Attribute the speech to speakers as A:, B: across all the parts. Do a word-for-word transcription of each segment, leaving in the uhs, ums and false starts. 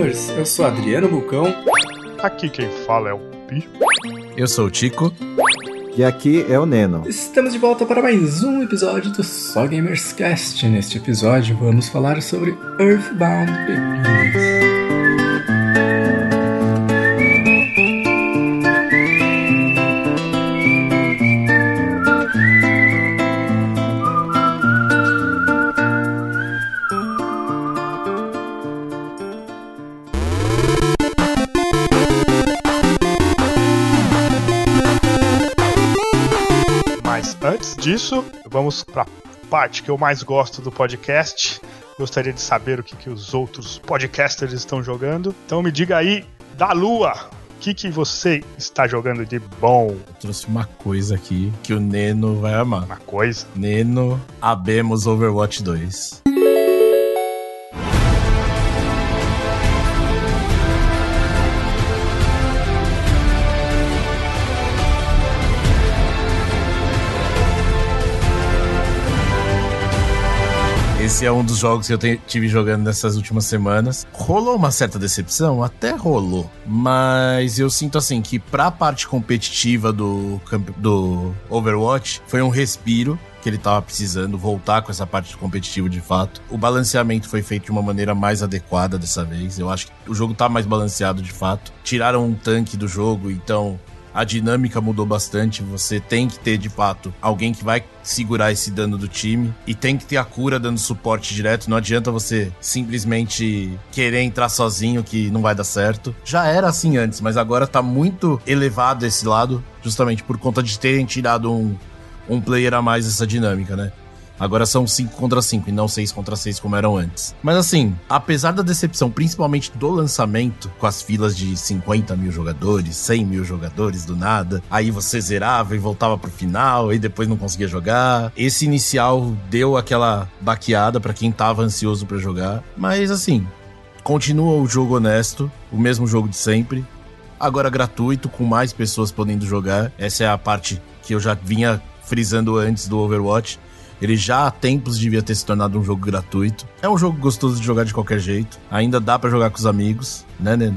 A: Gamers, eu sou Adriano Bucão.
B: Aqui quem fala é o Pi.
C: Eu sou o Tico.
D: E aqui é o Neno.
A: Estamos de volta para mais um episódio do Só Gamers Cast. Neste episódio vamos falar sobre Earthbound Beginnings.
B: Antes disso, vamos para a parte que eu mais gosto do podcast. Gostaria de saber o que, que os outros podcasters estão jogando. Então me diga aí, da Lua, o que, que você está jogando de bom?
C: Eu trouxe uma coisa aqui que o Neno vai amar.
B: Uma coisa?
C: Neno, abemos Overwatch dois. Esse é um dos jogos que eu te, tive jogando nessas últimas semanas. Rolou uma certa decepção? Até rolou. Mas eu sinto assim que pra parte competitiva do, do Overwatch foi um respiro que ele tava precisando, voltar com essa parte competitiva de fato. O balanceamento foi feito de uma maneira mais adequada dessa vez. Eu acho que o jogo tá mais balanceado de fato. Tiraram um tanque do jogo, então a dinâmica mudou bastante. Você tem que ter, de fato, alguém que vai segurar esse dano do time. E tem que ter a cura dando suporte direto. Não adianta você simplesmente querer entrar sozinho, que não vai dar certo. Já era assim antes, mas agora tá muito elevado esse lado, justamente por conta de terem tirado um, um player a mais dessa dinâmica, né? Agora são cinco contra cinco e não seis contra seis como eram antes. Mas assim, apesar da decepção, principalmente do lançamento, com as filas de cinquenta mil jogadores, cem mil jogadores do nada, aí você zerava e voltava pro final e depois não conseguia jogar. Esse inicial deu aquela baqueada pra quem tava ansioso pra jogar. Mas assim, continua o jogo honesto, o mesmo jogo de sempre. Agora gratuito, com mais pessoas podendo jogar. Essa é a parte que eu já vinha frisando antes do Overwatch. Ele já há tempos devia ter se tornado um jogo gratuito. É um jogo gostoso de jogar de qualquer jeito. Ainda dá pra jogar com os amigos, né, Neno?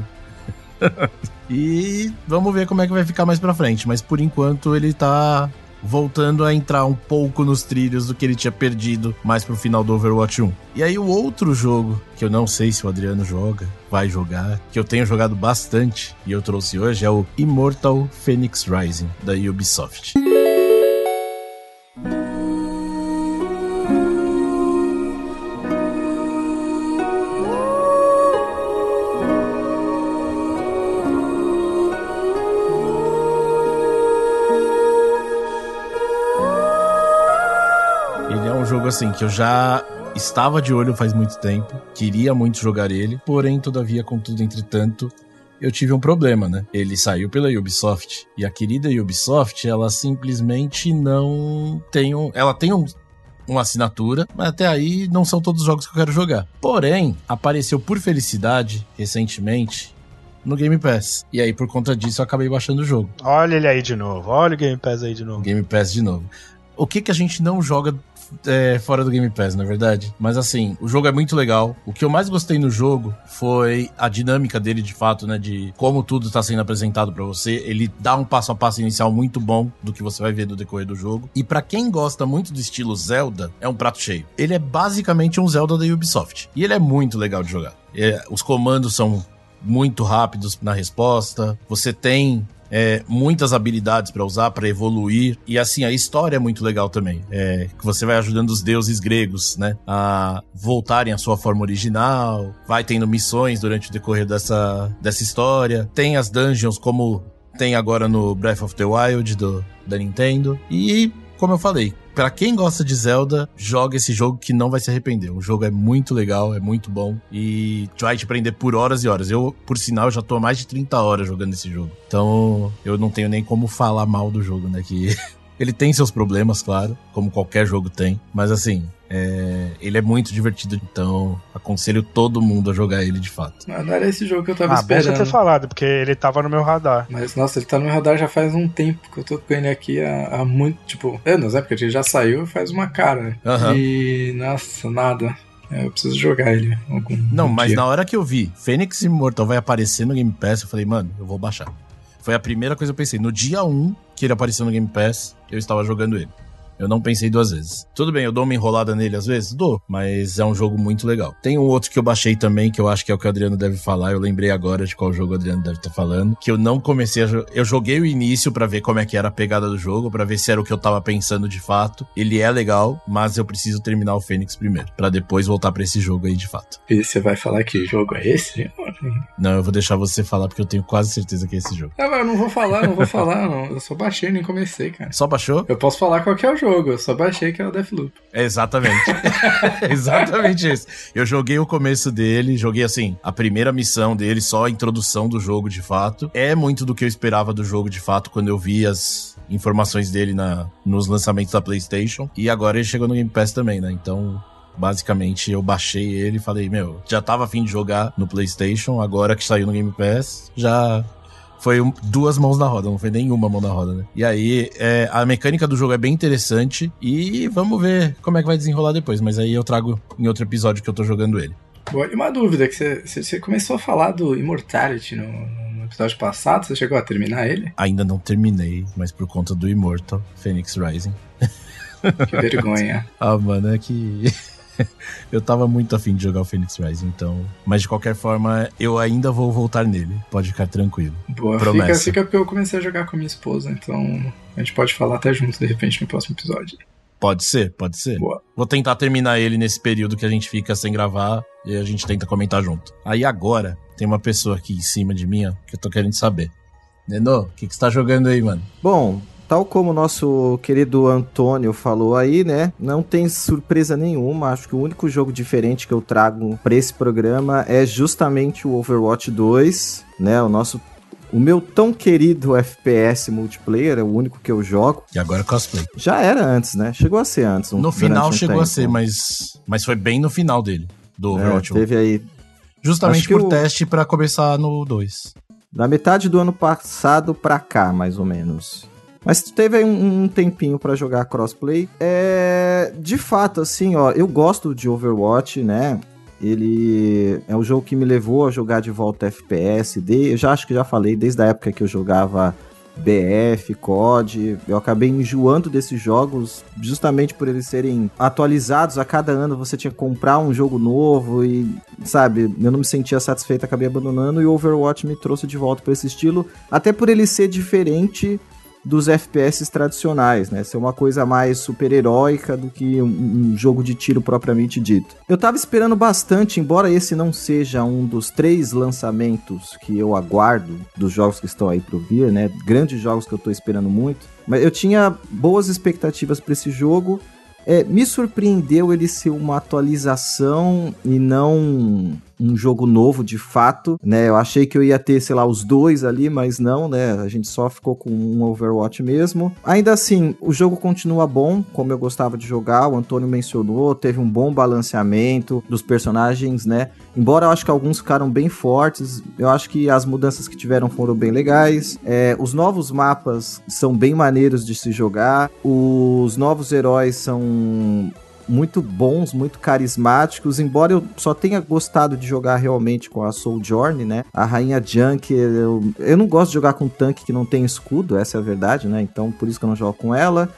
C: E vamos ver como é que vai ficar mais pra frente. Mas por enquanto ele tá voltando a entrar um pouco nos trilhos do que ele tinha perdido mais pro final do Overwatch um. E aí o outro jogo, que eu não sei se o Adriano joga, vai jogar, que eu tenho jogado bastante e eu trouxe hoje, é o Immortal Phoenix Rising, da Ubisoft. Assim, que eu já estava de olho faz muito tempo, queria muito jogar ele, porém, todavia, contudo, entretanto, eu tive um problema, né? Ele saiu pela Ubisoft, e a querida Ubisoft, ela simplesmente não tem um... Ela tem um... uma assinatura, mas até aí não são todos os jogos que eu quero jogar. Porém, apareceu por felicidade, recentemente, no Game Pass. E aí, por conta disso, eu acabei baixando o jogo.
B: Olha ele aí de novo, olha o Game Pass aí de novo.
C: Game Pass de novo. O que que a gente não joga É, fora do Game Pass, na verdade? Mas assim, o jogo é muito legal. O que eu mais gostei no jogo foi a dinâmica dele, de fato, né? De como tudo tá sendo apresentado pra você. Ele dá um passo a passo inicial muito bom do que você vai ver no decorrer do jogo. E pra quem gosta muito do estilo Zelda, é um prato cheio. Ele é basicamente um Zelda da Ubisoft. E ele é muito legal de jogar. É, os comandos são muito rápidos na resposta. Você tem É, muitas habilidades pra usar, pra evoluir. E assim, a história é muito legal também. É, que você vai ajudando os deuses gregos, né, a voltarem à sua forma original. Vai tendo missões durante o decorrer dessa, dessa história. Tem as dungeons, como tem agora no Breath of the Wild do, da Nintendo. E, como eu falei, pra quem gosta de Zelda, joga esse jogo que não vai se arrepender. O jogo é muito legal, é muito bom e vai te prender por horas e horas. Eu, por sinal, já tô há mais de trinta horas jogando esse jogo. Então, eu não tenho nem como falar mal do jogo, né? Que ele tem seus problemas, claro, como qualquer jogo tem. Mas assim, é... ele é muito divertido. Então, aconselho todo mundo a jogar ele de fato.
A: Não, não era esse jogo que eu tava
B: ah,
A: esperando.
B: Ah, bom você ter falado, porque ele tava no meu radar.
A: Mas, nossa, ele tá no meu radar já faz um tempo que eu tô com ele aqui há, há muito, tipo, anos, né? Porque ele já saiu faz uma cara, né?
C: Uhum.
A: E, nossa, nada. É, eu preciso jogar ele algum
C: Não, mas
A: dia.
C: na hora que eu vi Fênix Immortal vai aparecer no Game Pass, eu falei, mano, eu vou baixar. Foi a primeira coisa que eu pensei. No dia um que ele apareceu no Game Pass, eu estava jogando ele. Eu não pensei duas vezes. Tudo bem, eu dou uma enrolada nele às vezes? Dou, mas é um jogo muito legal. Tem um outro que eu baixei também, que eu acho que é o que o Adriano deve falar. Eu lembrei agora de qual jogo o Adriano deve estar falando. Que eu não comecei a jogar. Eu joguei o início pra ver como é que era a pegada do jogo, pra ver se era o que eu tava pensando de fato. Ele é legal, mas eu preciso terminar o Fênix primeiro, pra depois voltar pra esse jogo aí de fato.
A: E você vai falar que jogo é esse?
C: Não, eu vou deixar você falar, porque eu tenho quase certeza que é esse jogo.
A: Não, mas eu não vou falar, não vou falar, não. Eu só baixei, nem comecei, cara.
C: Só baixou?
A: Eu posso falar qual que é o jogo, eu só baixei que é o Deathloop.
C: É exatamente. Exatamente isso. Eu joguei o começo dele, joguei assim, a primeira missão dele, só a introdução do jogo de fato. É muito do que eu esperava do jogo de fato quando eu vi as informações dele na, nos lançamentos da PlayStation. E agora ele chegou no Game Pass também, né? Então, basicamente, eu baixei ele e falei, meu, já tava a fim de jogar no PlayStation, agora que saiu no Game Pass, já... Foi um, duas mãos na roda, não foi nenhuma mão na roda, né? E aí, é, a mecânica do jogo é bem interessante e vamos ver como é que vai desenrolar depois. Mas aí eu trago em outro episódio que eu tô jogando ele.
A: Boa, e uma dúvida, que você, você começou a falar do Immortality no, no episódio passado, você chegou a terminar ele?
C: Ainda não terminei, mas por conta do Immortal, Phoenix Rising.
A: Que vergonha.
C: Ah, mano, é que... eu tava muito afim de jogar o Phoenix Rising, então... Mas de qualquer forma, eu ainda vou voltar nele. Pode ficar tranquilo.
A: Boa,
C: promessa.
A: Fica, fica porque eu comecei a jogar com a minha esposa, então a gente pode falar até junto, de repente, no próximo episódio.
C: Pode ser, pode ser.
A: Boa.
C: Vou tentar terminar ele nesse período que a gente fica sem gravar e a gente tenta comentar junto. Aí agora, tem uma pessoa aqui em cima de mim, ó, que eu tô querendo saber. Nenô, o que, que você tá jogando aí, mano?
D: Bom... Tal como o nosso querido Antônio falou aí, né? Não tem surpresa nenhuma. Acho que o único jogo diferente que eu trago pra esse programa é justamente o Overwatch dois, né? O nosso... O meu tão querido F P S multiplayer, é o único que eu jogo.
C: E agora cosplay.
D: Já era antes, né? Chegou a ser antes. Um,
C: no final
D: um
C: chegou
D: tempo.
C: a ser, mas, mas foi bem no final dele, do Overwatch
D: é, teve aí...
C: Justamente por
D: o...
C: teste pra começar no dois.
D: Da metade do ano passado pra cá, mais ou menos. Mas teve aí um, um tempinho pra jogar crossplay. É, de fato, assim, ó, eu gosto de Overwatch, né? Ele é o jogo que me levou a jogar de volta F P S. De, eu já acho que já falei, desde a época que eu jogava B F, C O D. Eu acabei enjoando desses jogos justamente por eles serem atualizados. A cada ano você tinha que comprar um jogo novo e, sabe, eu não me sentia satisfeito, acabei abandonando. E o Overwatch me trouxe de volta pra esse estilo, até por ele ser diferente dos F P S tradicionais, né? Ser uma coisa mais super-heróica do que um, um jogo de tiro propriamente dito. Eu tava esperando bastante, embora esse não seja um dos três lançamentos que eu aguardo dos jogos que estão aí pro vir, né? Grandes jogos que eu tô esperando muito. Mas eu tinha boas expectativas para esse jogo. É, me surpreendeu ele ser uma atualização e não um jogo novo de fato, né? Eu achei que eu ia ter, sei lá, os dois ali, mas não, né? A gente só ficou com um Overwatch mesmo. Ainda assim, o jogo continua bom, como eu gostava de jogar. O Antônio mencionou, teve um bom balanceamento dos personagens, né? Embora eu acho que alguns ficaram bem fortes, eu acho que as mudanças que tiveram foram bem legais. É, os novos mapas são bem maneiros de se jogar. Os novos heróis são muito bons, muito carismáticos, embora eu só tenha gostado de jogar realmente com a Sojourner, né? A Rainha Junk, eu, eu não gosto de jogar com tanque que não tem escudo, essa é a verdade, né? Então por isso que eu não jogo com ela.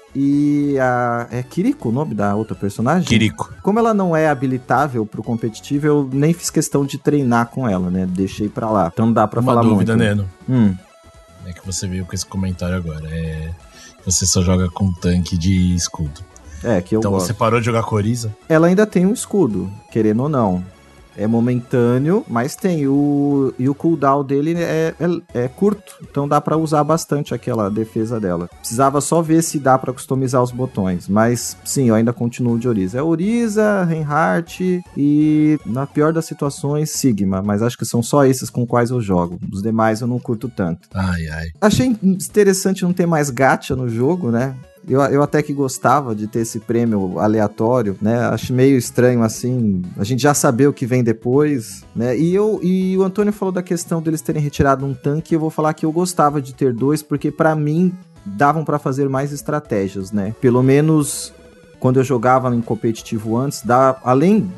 D: E a... é Kiriko o nome da outra personagem?
C: Kiriko.
D: Como ela não é habilitável pro competitivo, eu nem fiz questão de treinar com ela, né? Deixei pra lá. Então não dá pra
C: Uma
D: falar
C: dúvida,
D: muito.
C: Neno.
D: Hum.
C: É que você veio com esse comentário agora. É... Você só joga com tanque de escudo.
D: É, que eu
C: então
D: gosto.
C: Você parou de jogar com Oriza?
D: Ela ainda tem um escudo, querendo ou não. É momentâneo, mas tem. O, e o cooldown dele é, é, é curto, então dá pra usar bastante aquela defesa dela. Precisava só ver se dá pra customizar os botões, mas sim, eu ainda continuo de Oriza. É Oriza, Reinhardt e, na pior das situações, Sigma, mas acho que são só esses com quais eu jogo. Os demais eu não curto tanto.
C: Ai, ai.
D: Achei interessante não ter mais gacha no jogo, né? Eu, eu até que gostava de ter esse prêmio aleatório, né? Acho meio estranho, assim, a gente já saber o que vem depois, né? E, eu, e o Antônio falou da questão deles terem retirado um tanque, eu vou falar que eu gostava de ter dois, porque pra mim davam pra fazer mais estratégias, né? Pelo menos quando eu jogava em competitivo antes, dá, além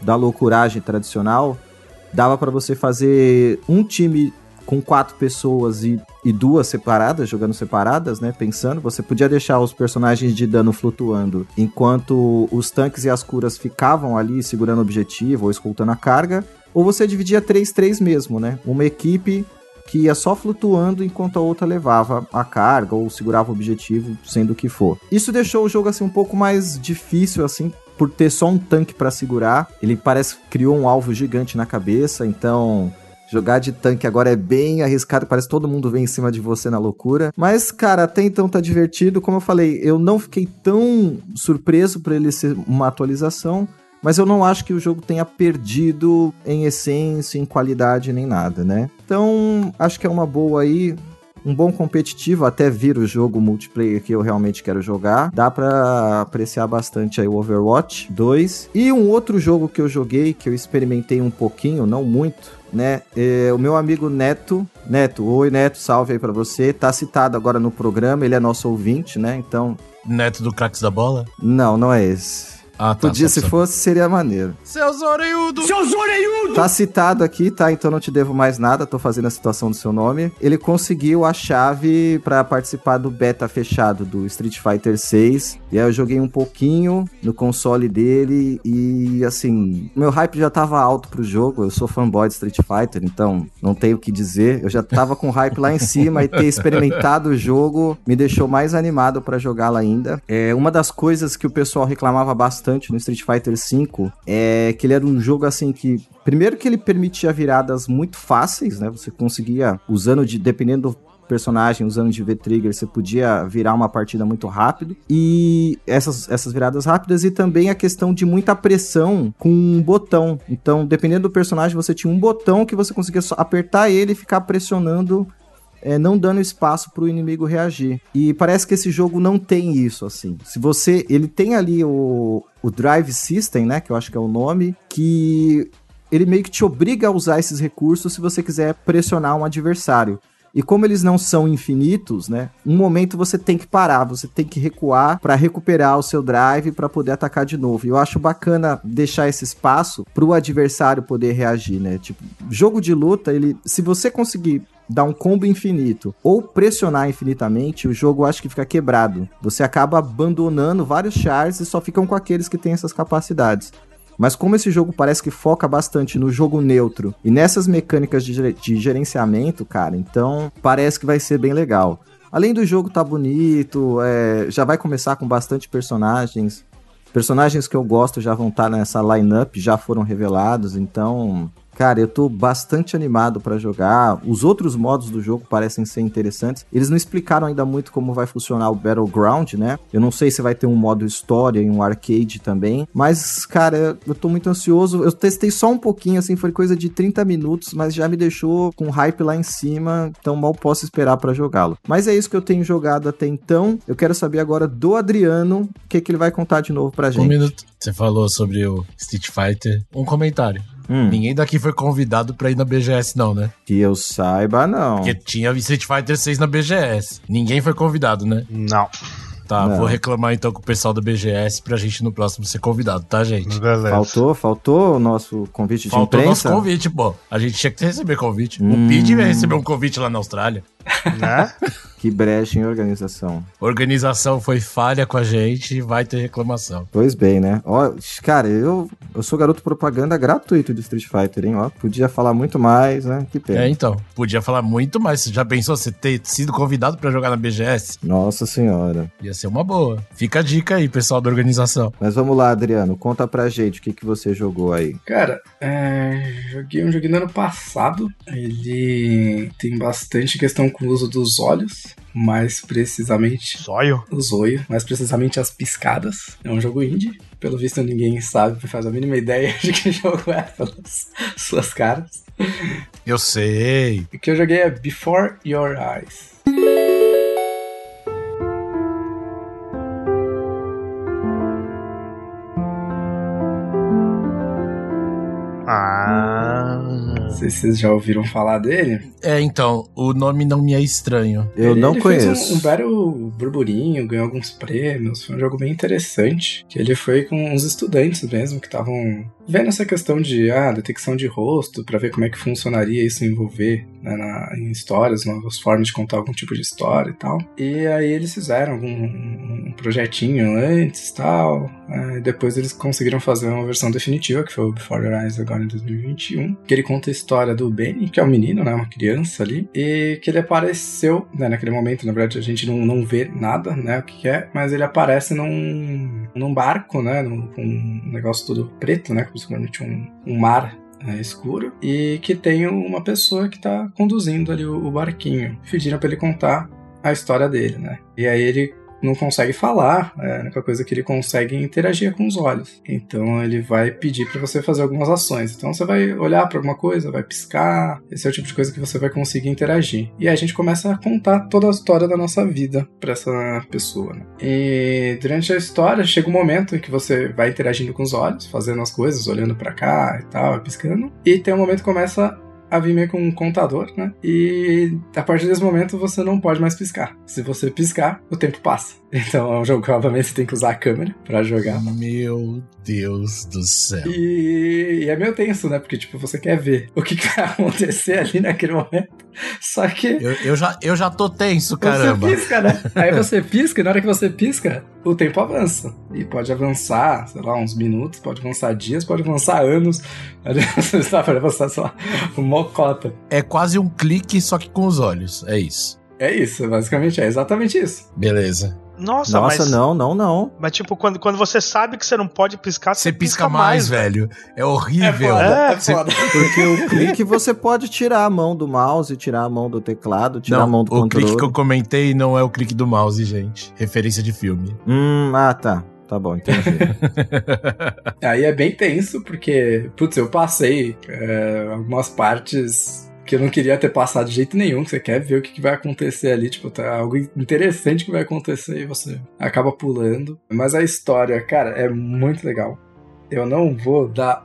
D: da loucuragem tradicional, dava pra você fazer um time com quatro pessoas e, e duas separadas, jogando separadas, né, pensando. Você podia deixar os personagens de dano flutuando, enquanto os tanques e as curas ficavam ali segurando o objetivo ou escoltando a carga, ou você dividia três três mesmo, né, uma equipe que ia só flutuando enquanto a outra levava a carga ou segurava o objetivo, sendo o que for. Isso deixou o jogo assim um pouco mais difícil, assim, por ter só um tanque pra segurar. Ele parece que criou um alvo gigante na cabeça, então jogar de tanque agora é bem arriscado, parece que todo mundo vem em cima de você na loucura. Mas, cara, até então tá divertido. Como eu falei, eu não fiquei tão surpreso por ele ser uma atualização, mas eu não acho que o jogo tenha perdido em essência, em qualidade, nem nada, né? Então, acho que é uma boa aí, um bom competitivo, até vir o jogo multiplayer que eu realmente quero jogar. Dá pra apreciar bastante aí o Overwatch dois. E um outro jogo que eu joguei, que eu experimentei um pouquinho, não muito, né? É o meu amigo Neto. Neto, oi Neto, salve aí pra você. Tá citado agora no programa, ele é nosso ouvinte, né? Então...
C: Neto do Craques da Bola?
D: Não, não é esse.
C: Ah, tá,
D: Podia, se fosse, seria maneiro.
C: Seus orelhudo!
E: Seus orelhudo!
D: Tá citado aqui, tá? Então não te devo mais nada, tô fazendo a citação do seu nome. Ele conseguiu a chave pra participar do beta fechado do Street Fighter seis. E aí eu joguei um pouquinho no console dele e, assim, meu hype já tava alto pro jogo. Eu sou fanboy de Street Fighter, então não tenho o que dizer. Eu já tava com hype lá em cima e ter experimentado o jogo me deixou mais animado pra jogá-lo ainda. É, uma das coisas que o pessoal reclamava bastante no Street Fighter cinco é que ele era um jogo assim que, primeiro que ele permitia viradas muito fáceis, né? Você conseguia, usando de, dependendo do personagem, usando de V-Trigger, você podia virar uma partida muito rápido, e essas, essas viradas rápidas, e também a questão de muita pressão com um botão. Então, dependendo do personagem, você tinha um botão que você conseguia só apertar ele e ficar pressionando, É, não dando espaço pro inimigo reagir. E parece que esse jogo não tem isso, assim. Se você... Ele tem ali o, o Drive System, né? Que eu acho que é o nome. Que ele meio que te obriga a usar esses recursos se você quiser pressionar um adversário. E como eles não são infinitos, né? Um momento você tem que parar, você tem que recuar para recuperar o seu drive para poder atacar de novo. E eu acho bacana deixar esse espaço pro adversário poder reagir, né? Tipo, jogo de luta, ele, se você conseguir dar um combo infinito ou pressionar infinitamente, o jogo acho que fica quebrado. Você acaba abandonando vários chars e só ficam com aqueles que têm essas capacidades. Mas como esse jogo parece que foca bastante no jogo neutro e nessas mecânicas de, de gerenciamento, cara, então parece que vai ser bem legal. Além do jogo tá bonito, é, já vai começar com bastante personagens. Personagens que eu gosto já vão estar nessa line-up, já foram revelados, então... Cara, eu tô bastante animado pra jogar. Os outros modos do jogo parecem ser interessantes. Eles não explicaram ainda muito como vai funcionar o Battleground, né? Eu não sei se vai ter um modo história e um arcade também. Mas, cara, eu tô muito ansioso. Eu testei só um pouquinho, assim, foi coisa de trinta minutos, mas já me deixou com hype lá em cima. Então mal posso esperar pra jogá-lo. Mas é isso que eu tenho jogado até então. Eu quero saber agora do Adriano, o que, que ele vai contar de novo pra gente.
C: Um minuto. Você falou sobre o Street Fighter. Um comentário. Hum. Ninguém daqui foi convidado pra ir na B G S, não, né?
D: Que eu saiba, não.
C: Porque tinha Street Fighter seis na B G S. Ninguém foi convidado, né?
B: Não.
C: Tá,
D: não.
C: Vou reclamar então com o pessoal da B G S pra gente no próximo ser convidado, tá, gente?
B: Beleza.
D: Faltou, faltou o nosso convite de
C: faltou
D: imprensa?
C: Faltou nosso convite, pô. A gente tinha que receber convite.
D: Hum.
C: O Pete vai receber um convite lá na Austrália.
B: Né?
D: Que brecha em organização.
C: Organização foi falha com a gente e vai ter reclamação.
D: Pois bem, né? Ó, cara, eu, eu sou garoto propaganda gratuito de Street Fighter, hein? Ó, podia falar muito mais, né? Que pena.
C: É, então. Podia falar muito mais. Você já pensou você ter sido convidado pra jogar na B G S?
D: Nossa senhora.
C: Ia ser uma boa. Fica a dica aí, pessoal da organização.
D: Mas vamos lá, Adriano. Conta pra gente o que, que você jogou aí.
A: Cara, é, joguei um joguinho no ano passado. Ele tem bastante questão com o uso dos olhos. Mais precisamente...
B: Zóio?
A: O zóio. Mais precisamente as piscadas. É um jogo indie. Pelo visto ninguém sabe, faz a mínima ideia de que jogo é pelas suas caras.
C: Eu sei.
A: O que eu joguei é Before Your Eyes.
B: Ah...
A: Não sei se vocês já ouviram falar dele.
C: É, então, o nome não me é estranho.
D: Eu
A: ele,
D: não
A: ele
D: conheço.
A: Fez um, um belo burburinho, ganhou alguns prêmios, foi um jogo bem interessante. Que ele foi com uns estudantes mesmo, que estavam vendo essa questão de ah, detecção de rosto, pra ver como é que funcionaria isso envolver, né, na, em histórias, novas formas de contar algum tipo de história e tal. E aí eles fizeram algum, um projetinho antes e tal. É, depois eles conseguiram fazer uma versão definitiva, que foi o Before Your Eyes agora em dois mil e vinte e um, que ele conta a história do Benny, que é um menino, né, uma criança ali, e que ele apareceu, né, naquele momento, na verdade a gente não, não vê nada, né, o que é, mas ele aparece num, num barco, né, num, com um negócio todo preto, né, como se fosse um, um mar é, escuro, e que tem uma pessoa que tá conduzindo ali o, o barquinho, pedindo pra ele contar a história dele, né, e aí ele não consegue falar, é a única coisa que ele consegue interagir com os olhos. Então ele vai pedir para você fazer algumas ações. Então você vai olhar para alguma coisa, vai piscar, esse é o tipo de coisa que você vai conseguir interagir. E aí a gente começa a contar toda a história da nossa vida para essa pessoa, né? E durante a história chega um momento em que você vai interagindo com os olhos, fazendo as coisas, olhando para cá e tal, piscando. E tem um momento que começa a vir meio com um contador, né? E a partir desse momento você não pode mais piscar. Se você piscar, o tempo passa. Então é um jogo que obviamente você tem que usar a câmera pra jogar.
C: Meu Deus do céu.
A: E, e é meio tenso, né? Porque tipo, você quer ver o que, que vai acontecer ali naquele momento. Só que...
C: Eu, eu, já, eu já tô tenso, caramba.
A: Você pisca, né? Aí você pisca e na hora que você pisca, o tempo avança. E pode avançar, sei lá, uns minutos, pode avançar dias, pode avançar anos. Pode avançar, sei lá, uma cota.
C: É quase um clique, só que com os olhos. É isso.
A: É isso, basicamente é exatamente isso.
C: Beleza.
B: Nossa,
D: Nossa,
B: mas...
D: não, não, não.
B: Mas tipo, quando, quando você sabe que você não pode piscar,
C: você, você pisca, pisca mais, mais, velho. É horrível.
A: É foda, é
C: você...
A: foda.
D: Porque o clique você pode tirar a mão do mouse, tirar a mão do teclado, tirar
C: não,
D: a mão do
C: o
D: controle.
C: O clique que eu comentei não é o clique do mouse, gente. Referência de filme.
D: Hum, ah, tá. Tá bom, entendi.
A: Aí é bem tenso, porque, putz, eu passei é, algumas partes que eu não queria ter passado de jeito nenhum, que você quer ver o que, que vai acontecer ali, tipo, tá algo interessante que vai acontecer e você acaba pulando. Mas a história, cara, é muito legal. Eu não vou dar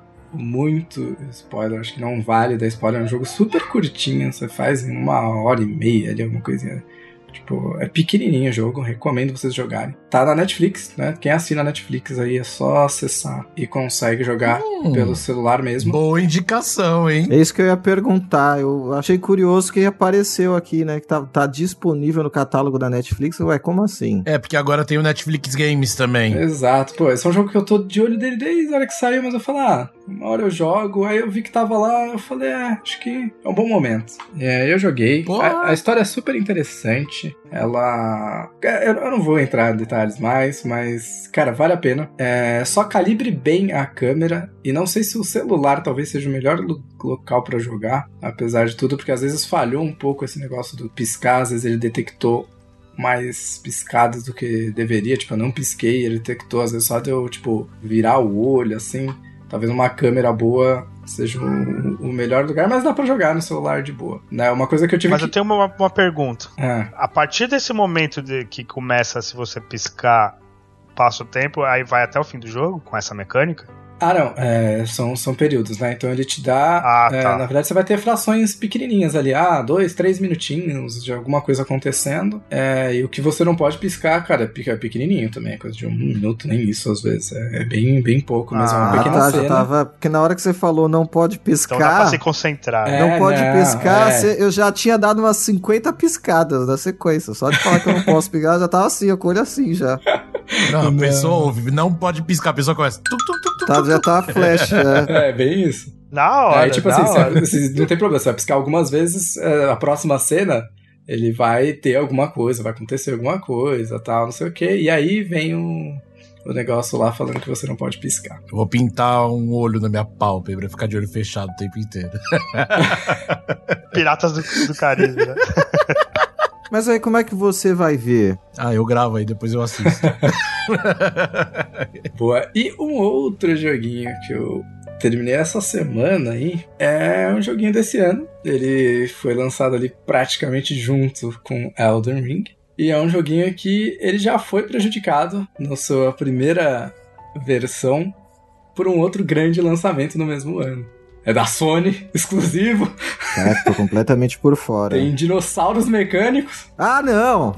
A: muito spoiler, acho que não vale dar spoiler, é um jogo super curtinho, você faz em uma hora e meia ali, alguma coisinha. Tipo, é pequenininho o jogo, recomendo vocês jogarem. Tá na Netflix, né? Quem assina a Netflix aí é só acessar e consegue jogar hum, pelo celular mesmo.
C: Boa indicação, hein?
D: É isso que eu ia perguntar. Eu achei curioso que apareceu aqui, né? Que tá, tá disponível no catálogo da Netflix. Ué, como assim?
C: É, porque agora tem o Netflix Games também.
A: Exato. Pô, esse é um jogo que eu tô de olho dele desde a hora que saiu, mas eu falei, ah, uma hora eu jogo. Aí eu vi que tava lá, eu falei, é, acho que é um bom momento. É, eu joguei. A, a história é super interessante. Ela... Eu não vou entrar em detalhes mais, mas, cara, vale a pena. É, só calibre bem a câmera, e não sei se o celular talvez seja o melhor lo- local pra jogar, apesar de tudo, porque às vezes falhou um pouco esse negócio do piscar, às vezes ele detectou mais piscadas do que deveria, tipo, eu não pisquei, ele detectou, às vezes só deu, tipo, virar o olho, assim. Talvez uma câmera boa seja o, o melhor lugar, mas dá pra jogar no celular de boa, né? Uma coisa que eu tive
B: Mas
A: que...
B: eu tenho uma, uma pergunta.
A: É.
B: A partir desse momento de que começa, se você piscar, passa o tempo, aí vai até o fim do jogo com essa mecânica?
A: Ah, não, é, são, são períodos, né? Então ele te dá...
B: Ah,
A: é,
B: tá.
A: na verdade, você vai ter frações pequenininhas ali. Ah, dois, três minutinhos de alguma coisa acontecendo. É, e o que você não pode piscar, cara, é pequenininho também. É coisa de um minuto, nem isso às vezes. É, é bem, bem pouco, mas ah, é uma pequena
D: tá,
A: cena.
D: Já tava, porque na hora que você falou não pode piscar...
B: Então dá pra se concentrar.
D: É, não pode
A: não,
D: piscar,
A: é.
D: você, eu já tinha dado umas cinquenta piscadas na sequência. Só de falar que eu não posso piscar, já tava assim, a olho assim já.
C: Não, a pessoa ouve, não pode piscar, a pessoa começa... Tum, tum, tum, tum,
D: tá, já tava flash, né?
A: É, bem isso.
B: Na hora,
A: Aí, tipo
B: na
A: assim,
B: hora.
A: você, você não tem problema, você vai piscar algumas vezes, é, a próxima cena, ele vai ter alguma coisa, vai acontecer alguma coisa, tal, não sei o quê, e aí vem o, o negócio lá falando que você não pode piscar.
C: Eu vou pintar um olho na minha pálpebra, ficar de olho fechado o tempo inteiro.
B: Piratas do, do Caribe, né?
D: Mas aí como é que você vai ver?
C: Ah, eu gravo aí, depois eu assisto.
A: Boa. E um outro joguinho que eu terminei essa semana aí é um joguinho desse ano. Ele foi lançado ali praticamente junto com Elden Ring. E é um joguinho que ele já foi prejudicado na sua primeira versão por um outro grande lançamento no mesmo ano. É da Sony, exclusivo.
D: Caraca, tô completamente por fora.
A: Tem dinossauros mecânicos.
D: Ah, não!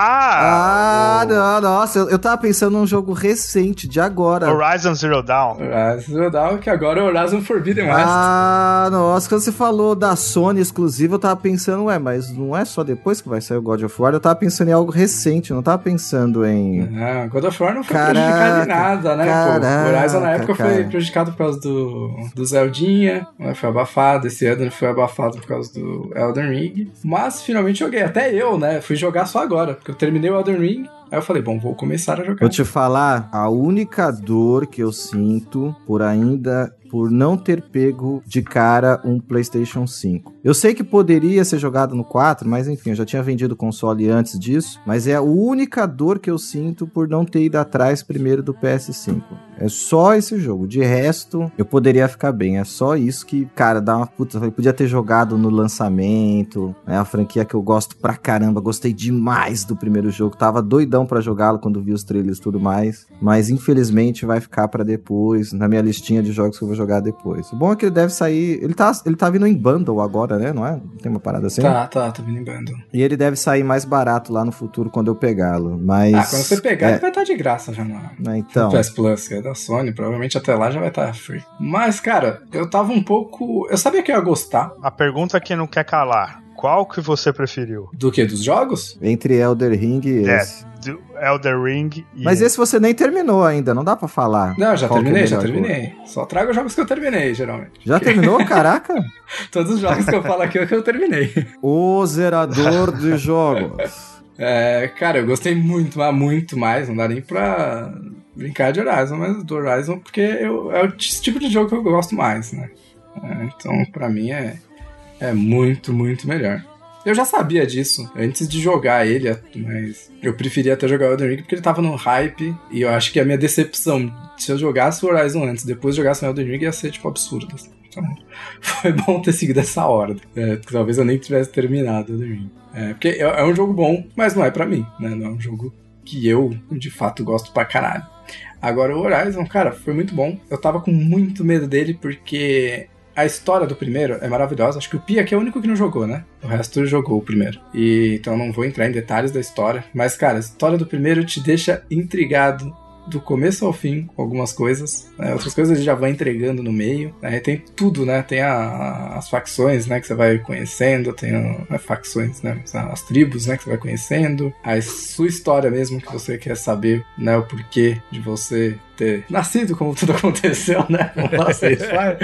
B: Ah!
D: Ah, o... não, nossa, eu, eu tava pensando num jogo recente, de agora.
B: Horizon Zero Dawn.
A: Horizon Zero Dawn, que agora é Horizon Forbidden West.
D: Ah, nossa, quando você falou da Sony exclusiva, eu tava pensando, ué, mas não é só depois que vai sair o God of War? Eu tava pensando em algo recente, eu não tava pensando em...
A: Não, God of War não foi
D: Caraca,
A: prejudicado em nada, né,
D: caraca,
A: pô? O Horizon na época
D: cara.
A: foi prejudicado por causa do, do Zeldinha, né, foi abafado, esse ano foi abafado por causa do Elden Ring, mas finalmente joguei, até eu, né, fui jogar só agora, porque eu terminei o Elden Ring, aí eu falei, bom, vou começar a jogar.
D: Vou te falar, a única dor que eu sinto por ainda... por não ter pego de cara um PlayStation cinco. Eu sei que poderia ser jogado no quatro, mas enfim, eu já tinha vendido o console antes disso, mas é a única dor que eu sinto por não ter ido atrás primeiro do P S cinco. É só esse jogo. De resto, eu poderia ficar bem. É só isso que, cara, dá uma puta... Eu podia ter jogado no lançamento, é uma franquia que eu gosto pra caramba, gostei demais do primeiro jogo, tava doidão pra jogá-lo quando vi os trailers e tudo mais, mas infelizmente vai ficar pra depois, na minha listinha de jogos que eu vou jogar depois. O bom é que ele deve sair... Ele tá, ele tá vindo em bundle agora, né? Não é? Tem uma parada assim?
A: Tá, tá, tá vindo em bundle.
D: E ele deve sair mais barato lá no futuro quando eu pegá-lo, mas...
A: Ah, quando você pegar,
D: é...
A: ele vai estar de graça já na...
D: Ah, então...
A: no P S Plus, que é da Sony, provavelmente até lá já vai estar free. Mas, cara, eu tava um pouco... Eu sabia que eu ia gostar.
B: A pergunta que não quer calar. Qual que você preferiu?
A: Do que? Dos jogos?
D: Entre Elder Ring e
B: É,
D: esse.
B: do Elder Ring e...
D: Mas esse você nem terminou ainda, não dá pra falar.
A: Não, já
D: qual que é
A: terminei,
D: o
A: já
D: melhor
A: terminei.
D: jogo.
A: Só trago os jogos que eu terminei, geralmente.
D: Já terminou? Caraca!
A: Todos os jogos que eu falo aqui é que eu terminei.
D: O zerador de jogos.
A: É, cara, eu gostei muito, mas muito mais. Não dá nem pra brincar de Horizon, mas do Horizon, porque eu, é o tipo de jogo que eu gosto mais, né? É, então, pra mim, é, é muito, muito melhor. Eu já sabia disso antes de jogar ele, mas eu preferia até jogar o Elden Ring porque ele tava no hype, e eu acho que a minha decepção, se eu jogasse o Horizon antes e depois jogasse o Elden Ring, ia ser, tipo, absurda. Então, foi bom ter seguido essa ordem. É, talvez eu nem tivesse terminado o Elden Ring. É, porque é, é um jogo bom, mas não é pra mim, né? Não é um jogo que eu, de fato, gosto pra caralho. Agora, o Horizon, cara, foi muito bom. Eu tava com muito medo dele porque... a história do primeiro é maravilhosa. Acho que o Pia que é o único que não jogou, né? O resto jogou o primeiro. E, então não vou entrar em detalhes da história. Mas, cara, a história do primeiro te deixa intrigado do começo ao fim com algumas coisas. Né? Outras coisas já vai entregando no meio. Né? Tem tudo, né? Tem a, as facções, né? Que você vai conhecendo. Tem a, as facções, né? As tribos, né? Que você vai conhecendo. A sua história mesmo, que você quer saber, né? O porquê de você ter nascido, como tudo aconteceu, né? Nossa, isso vai...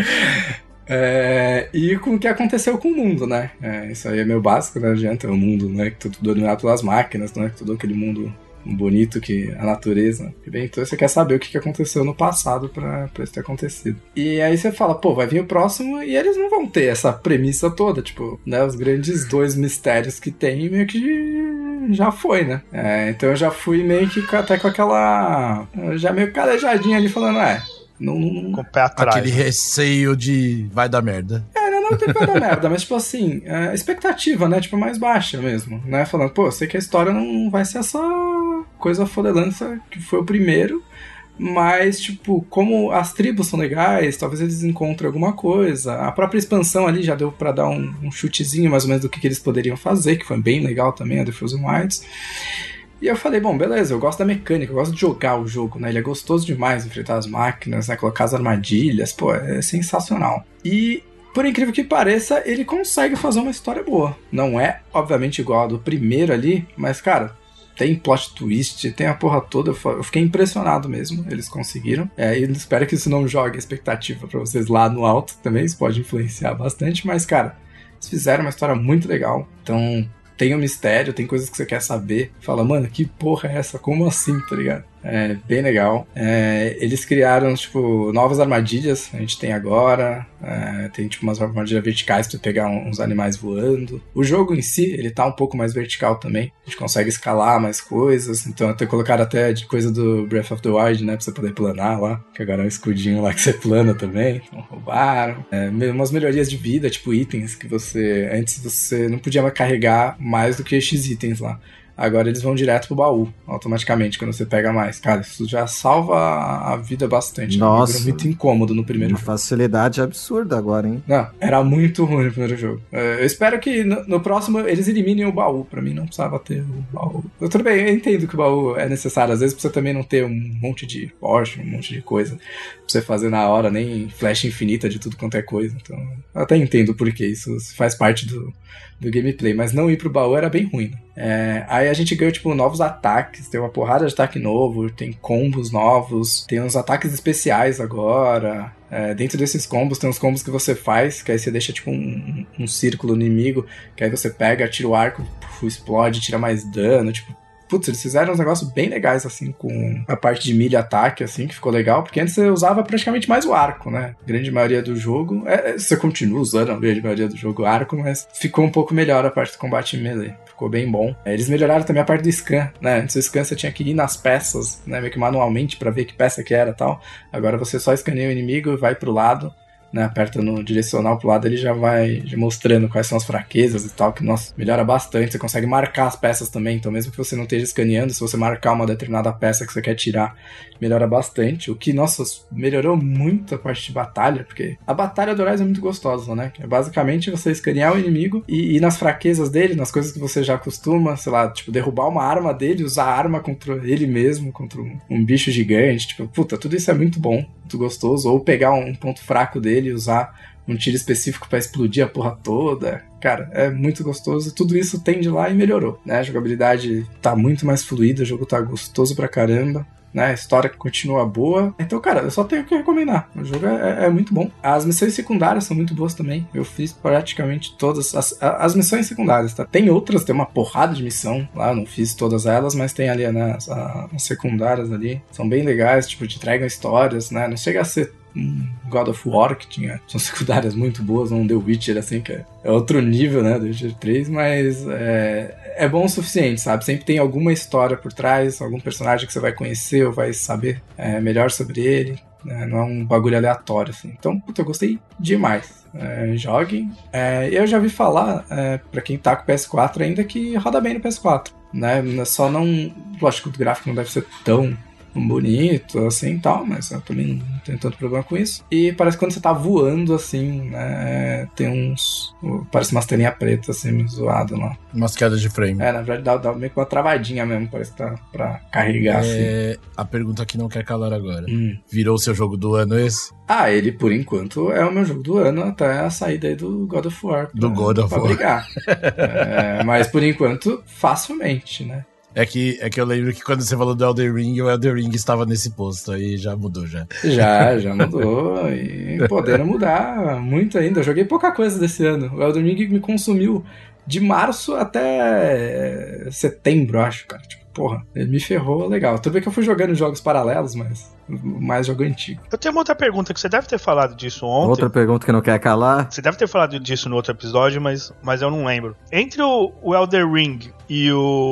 A: É, e com o que aconteceu com o mundo, né? É, isso aí é meio básico, né? Não adianta, é um mundo, né? Que tudo dominado pelas máquinas, né? Tudo aquele mundo bonito que a natureza. Que bem, então você quer saber o que aconteceu no passado pra, pra isso ter acontecido. E aí você fala, pô, vai vir o próximo e eles não vão ter essa premissa toda, tipo, né? Os grandes dois mistérios que tem meio que já foi, né? É, então eu já fui meio que até com aquela... já meio calejadinha ali falando, é... Não, não...
B: com o pé atrás.
C: Aquele receio de vai dar merda.
A: É, não, não tem que vai dar merda, mas tipo assim, a expectativa, né, tipo, mais baixa mesmo, né, falando, pô, eu sei que a história não vai ser essa coisa fodelança que foi o primeiro, mas, tipo, como as tribos são legais, talvez eles encontrem alguma coisa, a própria expansão ali já deu pra dar um, um chutezinho mais ou menos do que, que eles poderiam fazer, que foi bem legal também, a The Frozen Wilds. E eu falei, bom, beleza, eu gosto da mecânica, eu gosto de jogar o jogo, né? Ele é gostoso demais, enfrentar as máquinas, né? Colocar as armadilhas, pô, é sensacional. E, por incrível que pareça, ele consegue fazer uma história boa. Não é, obviamente, igual a do primeiro ali, mas, cara, tem plot twist, tem a porra toda. Eu fiquei impressionado mesmo, eles conseguiram. É, e espero que isso não jogue a expectativa pra vocês lá no alto também, isso pode influenciar bastante, mas, cara, eles fizeram uma história muito legal, então... tem um mistério, tem coisas que você quer saber. Fala, mano, que porra é essa? Como assim, tá ligado? É bem legal. É, eles criaram, tipo, novas armadilhas. A gente tem agora. É, tem, tipo, umas armadilhas verticais pra pegar uns animais voando. O jogo em si, ele tá um pouco mais vertical também. A gente consegue escalar mais coisas. Então, até colocaram até de coisa do Breath of the Wild, né? Pra você poder planar lá. Que agora é um escudinho lá que você plana também. Então, roubaram. É, umas melhorias de vida, tipo itens que você... antes você não podia mais carregar mais do que X itens lá. agora eles vão direto pro baú, automaticamente, quando você pega mais. Cara, isso já salva a vida bastante.
D: Nossa.
A: Era muito incômodo no primeiro
D: Uma
A: jogo.
D: facilidade absurda agora, hein?
A: Não, era muito ruim no primeiro jogo. Eu espero que no, no próximo eles eliminem o baú. Pra mim não precisava ter o baú. Eu, tudo bem, eu entendo que o baú é necessário, às vezes, pra você também não ter um monte de Porsche, um monte de coisa pra você fazer na hora, nem flecha infinita de tudo quanto é coisa. Então, eu até entendo o porquê, isso faz parte do, do gameplay, mas não ir pro baú era bem ruim. É, aí a gente ganhou, tipo, novos ataques, tem uma porrada de ataque novo, tem combos novos, tem uns ataques especiais agora. É, dentro desses combos, tem uns combos que você faz, que aí você deixa, tipo, um, um círculo no inimigo, que aí você pega, tira o arco, puf, explode, tira mais dano, tipo. Putz, eles fizeram uns negócios bem legais, assim, com a parte de milha ataque, assim, que ficou legal, porque antes você usava praticamente mais o arco, né? A grande maioria do jogo, é, você continua usando a grande maioria do jogo o arco, mas ficou um pouco melhor a parte do combate melee. Ficou bem bom. É, eles melhoraram também a parte do scan, né? Antes do scan você tinha que ir nas peças, né? Meio que manualmente pra ver que peça que era e tal. Agora você só escaneia o inimigo e vai pro lado, né, aperta no direcional pro lado, ele já vai mostrando quais são as fraquezas e tal, que, nossa, melhora bastante. Você consegue marcar as peças também, então mesmo que você não esteja escaneando, se você marcar uma determinada peça que você quer tirar, melhora bastante. O que, nossa, melhorou muito a parte de batalha, porque a batalha do Horizon é muito gostosa, né? É basicamente você escanear o inimigo e ir nas fraquezas dele, nas coisas que você já costuma, sei lá, tipo, derrubar uma arma dele, usar a arma contra ele mesmo, contra um, um bicho gigante, tipo, puta, tudo isso é muito bom, muito gostoso. Ou pegar um ponto fraco dele e usar um tiro específico pra explodir a porra toda. Cara, é muito gostoso. Tudo isso tem de lá e melhorou, né? A jogabilidade tá muito mais fluida, o jogo tá gostoso pra caramba, né? A história continua boa. Então, cara, eu só tenho que recomendar. O jogo é, é muito bom. As missões secundárias são muito boas também. Eu fiz praticamente todas as, as missões secundárias, tá? Tem outras, tem uma porrada de missão lá, eu não fiz todas elas, mas tem ali, né, as, as secundárias ali. São bem legais, tipo, te entregam histórias, né? Não chega a ser um God of War, que tinha, são secundárias muito boas, um The Witcher, assim, que é, é outro nível, né, do Witcher três, mas é, é bom o suficiente, sabe? Sempre tem alguma história por trás, algum personagem que você vai conhecer ou vai saber é, melhor sobre ele, né? Não é um bagulho aleatório, assim. Então, puta, eu gostei demais. É, joguem. É, eu já vi falar, é, pra quem tá com o P S quatro ainda, que roda bem no P S quatro, né? Só não... Lógico que o gráfico não deve ser tão bonito, assim, tal, mas eu também não tenho tanto problema com isso. E parece que quando você tá voando, assim, né, tem uns... parece umas telinhas pretas, assim, meio zoado lá.
C: Umas quedas de frame.
A: É, na verdade dá, dá meio que uma travadinha mesmo, parece que tá pra carregar,
C: é,
A: assim.
C: A pergunta que não quer calar agora.
A: Hum.
C: Virou o seu jogo do ano esse?
A: Ah, ele, por enquanto, é o meu jogo do ano até a saída aí do God of War. Pra,
C: do God of
A: pra
C: War.
A: brigar. é, mas, por enquanto, facilmente, né?
C: É que, é que eu lembro que quando você falou do Elden Ring, o Elden Ring estava nesse posto, aí já mudou, já.
A: Já, já mudou, e podendo mudar muito ainda. Eu joguei pouca coisa desse ano. O Elden Ring me consumiu de março até setembro, acho, cara. Tipo, porra, ele me ferrou legal. Tudo bem que eu fui jogando jogos paralelos, mas mais jogo antigo.
B: Eu tenho uma outra pergunta, que você deve ter falado disso ontem.
D: Outra pergunta que não quer calar.
B: Você deve ter falado disso no outro episódio, mas, mas eu não lembro. Entre o, o Elden Ring e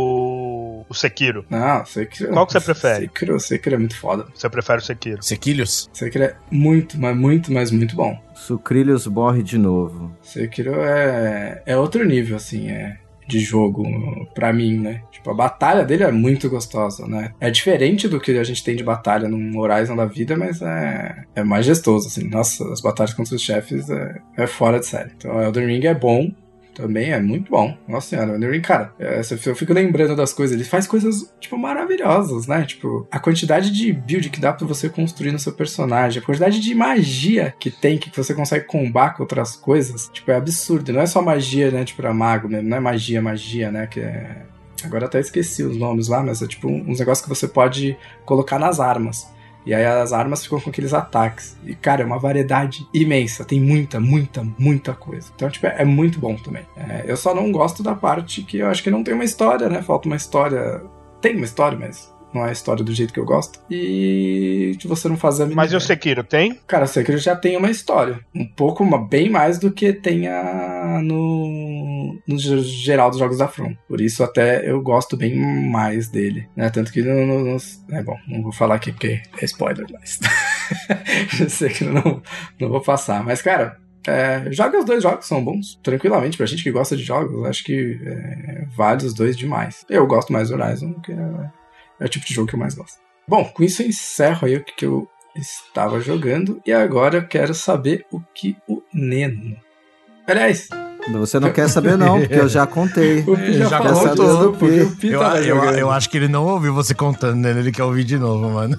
B: o, o Sekiro,
A: Não, Sekiro...
B: Qual que você prefere?
A: Sekiro, Sekiro é muito foda.
B: você prefere o Sekiro?
C: Sequilhos?
A: Sekiro é muito, mas muito, mas muito bom.
D: Sucrilhos morre de novo.
A: Sekiro é, é outro nível, assim, é... de jogo, pra mim, né? Tipo, a batalha dele é muito gostosa, né? É diferente do que a gente tem de batalha no Horizon da vida, mas é, é majestoso, assim. Nossa, as batalhas contra os chefes é, é fora de série. Então, Elden Ring é bom, também é muito bom. Nossa senhora, o Elden Ring, cara, é, eu fico lembrando das coisas. Ele faz coisas, tipo, maravilhosas, né? Tipo, a quantidade de build que dá pra você construir no seu personagem, a quantidade de magia que tem, que você consegue combar com outras coisas, tipo, é absurdo. Não é só magia, né? Tipo, pra mago mesmo. Não é magia, magia, né? Que é... Agora até esqueci os nomes lá, mas é tipo uns negócios que você pode colocar nas armas. E aí as armas ficam com aqueles ataques. E, cara, é uma variedade imensa. Tem muita, muita, muita coisa. Então, tipo, é, é muito bom também. É, eu só não gosto da parte que eu acho que não tem uma história, né? Falta uma história... Tem uma história, mas não é a história do jeito que eu gosto. E de você não fazer a mínima
B: Mas e o
A: ideia.
B: Sekiro, tem?
A: Cara, o Sekiro já tem uma história. Um pouco, uma, bem mais do que tem a, no, no geral dos jogos da From. Por isso até eu gosto bem mais dele. Né? Tanto que no, no, nos... É bom, não vou falar aqui porque é spoiler, mas... Sekiro não, não vou passar. Mas, cara... É, joga os dois jogos, são bons, tranquilamente, pra gente que gosta de jogos, acho que é, vale os dois demais. Eu gosto mais do Horizon, que é, é o tipo de jogo que eu mais gosto. Bom, com isso eu encerro aí o que eu estava jogando, e agora eu quero saber o que o Neno... Aliás...
D: Você não quer saber não, porque eu já contei.
A: O Pi já,
C: já
A: falou
C: contou,
A: tudo, porque o Pi
C: Eu,
A: tava
C: eu,
A: jogando.
C: eu acho que ele não ouviu você contando, né? Ele quer ouvir de novo, mano.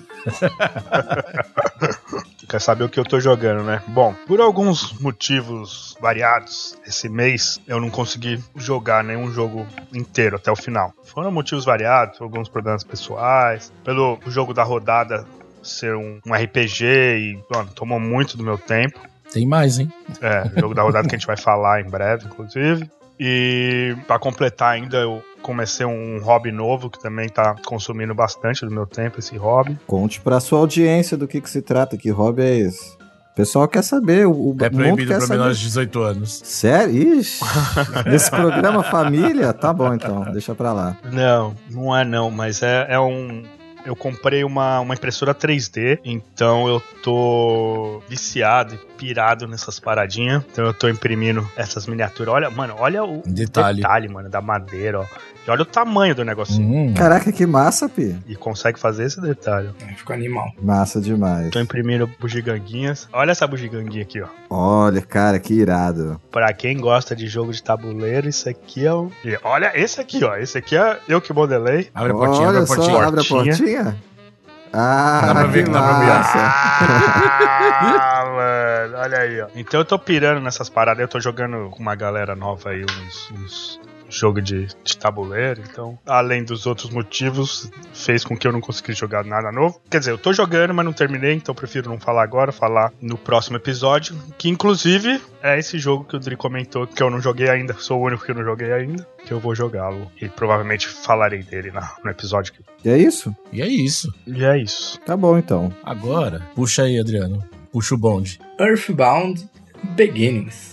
B: Quer saber o que eu tô jogando, né? Bom, por alguns motivos variados, esse mês eu não consegui jogar nenhum jogo inteiro até o final. Foram motivos variados, alguns problemas pessoais, pelo jogo da rodada ser um, um R P G e, mano, tomou muito do meu tempo.
C: Tem mais, hein?
B: É, jogo da rodada que a gente vai falar em breve, inclusive. E pra completar ainda, eu comecei um hobby novo que também tá consumindo bastante do meu tempo, esse hobby.
D: Conte pra sua audiência do que, que se trata, que hobby é esse. O pessoal quer saber, o, o
C: É proibido
D: quer
C: pra
D: saber.
C: menores de dezoito anos.
D: Sério? Ixi, nesse programa família? Tá bom então, deixa pra lá.
B: Não, não é não, mas é, é um... Eu comprei uma, uma impressora três D, então eu tô viciado e pirado nessas paradinhas. Então eu tô imprimindo essas miniaturas. Olha, mano, olha o
C: Detalhe.
B: detalhe, mano, da madeira, ó. E olha o tamanho do negocinho.
C: Hum.
D: Caraca, que massa, Pi.
B: E consegue fazer esse detalhe.
A: É, ficou animal.
D: Massa demais.
B: Tô imprimindo bugiganguinhas. Olha essa bugiganguinha aqui, ó.
D: Olha, cara, que irado.
B: Pra quem gosta de jogo de tabuleiro, isso aqui é o... E olha esse aqui, ó. Esse aqui é eu que modelei.
C: Abre a portinha,
D: Olha
C: abre a
D: só,
C: portinha.
D: abre a portinha. Ah,
C: Dá pra ver
D: que
C: que dá pra ver.
D: massa.
B: Ah, mano, olha aí, ó. Então eu tô pirando nessas paradas. Eu tô jogando com uma galera nova aí, uns... uns... jogo de, de tabuleiro, então, além dos outros motivos, fez com que eu não conseguisse jogar nada novo. Quer dizer, eu tô jogando, mas não terminei, então prefiro não falar agora, falar no próximo episódio, que inclusive é esse jogo que o Dri comentou, que eu não joguei ainda, sou o único que eu não joguei ainda, que eu vou jogá-lo, e provavelmente falarei dele na, no episódio.
D: E é isso?
C: E é isso.
B: E é isso.
D: Tá bom, então.
C: Agora, puxa aí, Adriano. Puxa o bonde.
A: Earthbound Beginnings.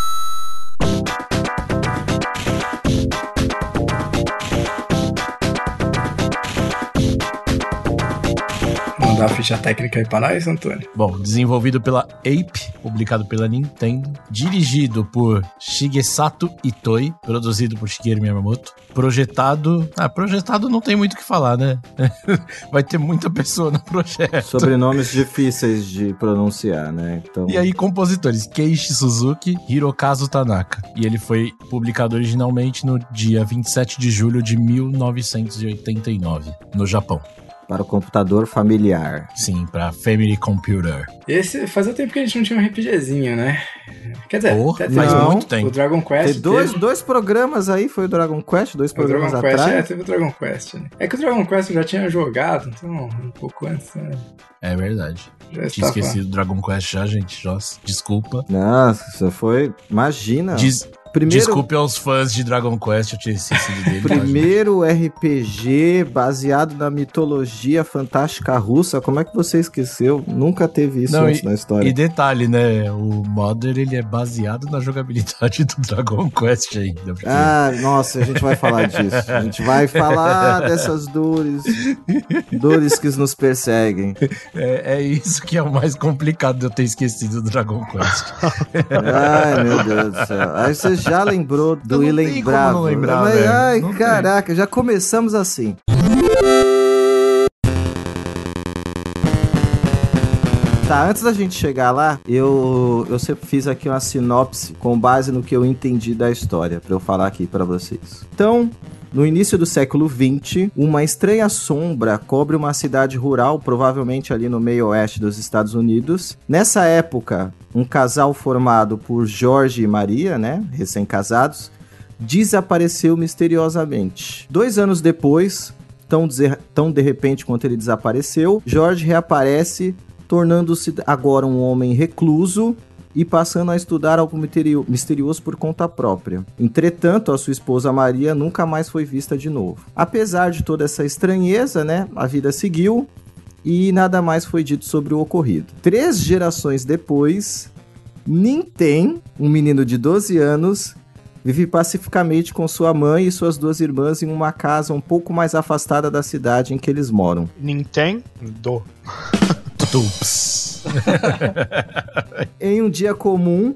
A: Mandar a ficha técnica aí para nós, Antônio.
C: Bom, desenvolvido pela Ape, publicado pela Nintendo, dirigido por Shigesato Itoi, produzido por Shigeru Miyamoto, projetado... Ah, projetado não tem muito o que falar, né? Vai ter muita pessoa no projeto.
D: Sobrenomes difíceis de pronunciar, né? Então...
C: E aí, compositores, Keiichi Suzuki, Hirokazu Tanaka. E ele foi publicado originalmente no dia vinte e sete de julho de mil novecentos e oitenta e nove, no Japão.
D: Para o computador familiar.
C: Sim, pra Family Computer.
A: Esse fazia tempo que a gente não tinha um RPGzinho, né? Quer dizer,
C: Oh,
A: até
C: faz
A: teve,
C: muito tempo.
A: O Dragon Quest
D: Tem dois,
A: teve.
D: dois programas aí, foi o Dragon Quest, dois
A: O
D: programas
A: Dragon Quest,
D: atrás.
A: é, teve o Dragon Quest, né? É que o Dragon Quest eu já tinha jogado, então, um pouco antes, né?
C: É verdade.
A: Já
C: Tinha
A: estava...
C: esquecido do Dragon Quest já, gente. Nossa, desculpa.
D: Nossa, isso foi... Imagina.
C: Des-
D: Primeiro...
C: Desculpe aos fãs de Dragon Quest, eu tinha esquecido dele.
D: Primeiro R P G baseado na mitologia fantástica russa. Como é que você esqueceu? Nunca teve isso
C: Não,
D: antes
C: e,
D: na história.
C: E detalhe, né? O Modder, ele é baseado na jogabilidade do Dragon Quest ainda. Porque...
D: Ah, nossa, a gente vai falar disso. A gente vai falar dessas dores. Dores que nos perseguem.
C: É, é isso que é o mais complicado de eu ter esquecido do Dragon Quest.
D: Ai, meu Deus do céu. Aí você já lembrou do
C: Eu não tenho
D: ilembravo.
C: como não lembrar,
D: Mas,
C: velho.
D: ai,
C: Não tem.
D: caraca, já começamos assim. Tá, antes da gente chegar lá, eu, eu sempre fiz aqui uma sinopse com base no que eu entendi da história, pra eu falar aqui pra vocês. Então, no início do século vinte, uma estranha sombra cobre uma cidade rural, provavelmente ali no meio oeste dos Estados Unidos. Nessa época, um casal formado por Jorge e Maria, né, recém-casados, desapareceu misteriosamente. Dois anos depois, tão, de, tão de repente quanto ele desapareceu, Jorge reaparece, tornando-se agora um homem recluso e passando a estudar algo misterio- misterioso por conta própria. Entretanto, a sua esposa Maria nunca mais foi vista de novo. Apesar de toda essa estranheza, né, a vida seguiu e nada mais foi dito sobre o ocorrido. Três gerações depois, Ninten, um menino de doze anos, vive pacificamente com sua mãe e suas duas irmãs em uma casa um pouco mais afastada da cidade em que eles moram.
B: Nintendo.
C: Tups.
D: Em um dia comum,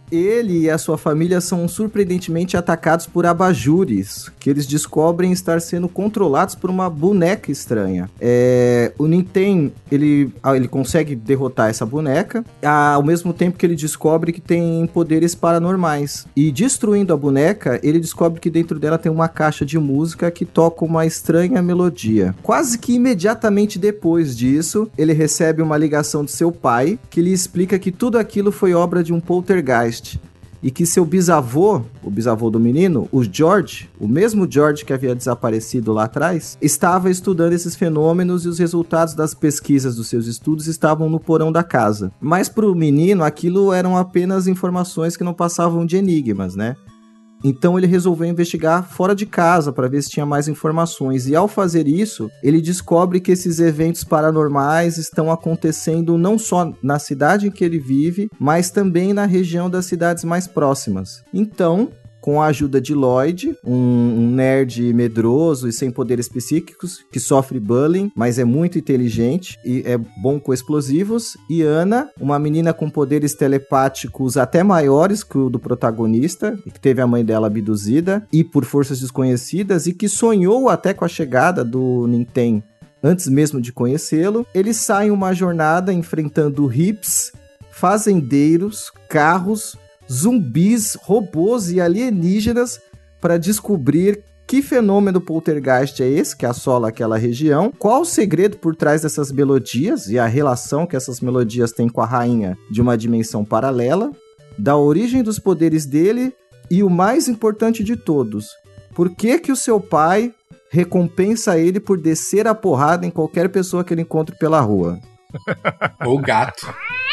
D: ele e a sua família são surpreendentemente atacados por abajures, que eles descobrem estar sendo controlados por uma boneca estranha. É, o Nintendo, ele, ele consegue derrotar essa boneca, ao mesmo tempo que ele descobre que tem poderes paranormais. E destruindo a boneca, ele descobre que dentro dela tem uma caixa de música que toca uma estranha melodia. Quase que imediatamente depois disso, ele recebe uma ligação de seu pai, que lhe explica que tudo aquilo foi obra de um poltergeist. E que seu bisavô, o bisavô do menino, o George, o mesmo George que havia desaparecido lá atrás, estava estudando esses fenômenos e os resultados das pesquisas dos seus estudos estavam no porão da casa. Mas para o menino, aquilo eram apenas informações que não passavam de enigmas, né? Então ele resolveu investigar fora de casa para ver se tinha mais informações. E ao fazer isso, ele descobre que esses eventos paranormais estão acontecendo não só na cidade em que ele vive, mas também na região das cidades mais próximas. Então, com a ajuda de Lloyd, um, um nerd medroso e sem poderes psíquicos, que sofre bullying, mas é muito inteligente e é bom com explosivos, e Ana, uma menina com poderes telepáticos até maiores que o do protagonista, que teve a mãe dela abduzida, e por forças desconhecidas, e que sonhou até com a chegada do Nintendo antes mesmo de conhecê-lo. Eles saem uma jornada enfrentando hips, fazendeiros, carros, zumbis, robôs e alienígenas para descobrir que fenômeno poltergeist é esse que assola aquela região, qual o segredo por trás dessas melodias e a relação que essas melodias têm com a rainha de uma dimensão paralela, da origem dos poderes dele e o mais importante de todos, por que que o seu pai recompensa ele por descer a porrada em qualquer pessoa que ele encontre pela rua.
A: Ou gato.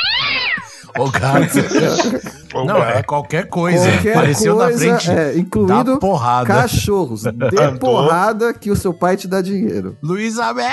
C: O gato. Não, é qualquer coisa.
D: Qualquer
C: Apareceu
D: coisa,
C: na frente.
D: é, incluindo
C: dá porrada.
D: Cachorros. Dê porrada que o seu pai te dá dinheiro.
C: Luiz Abel!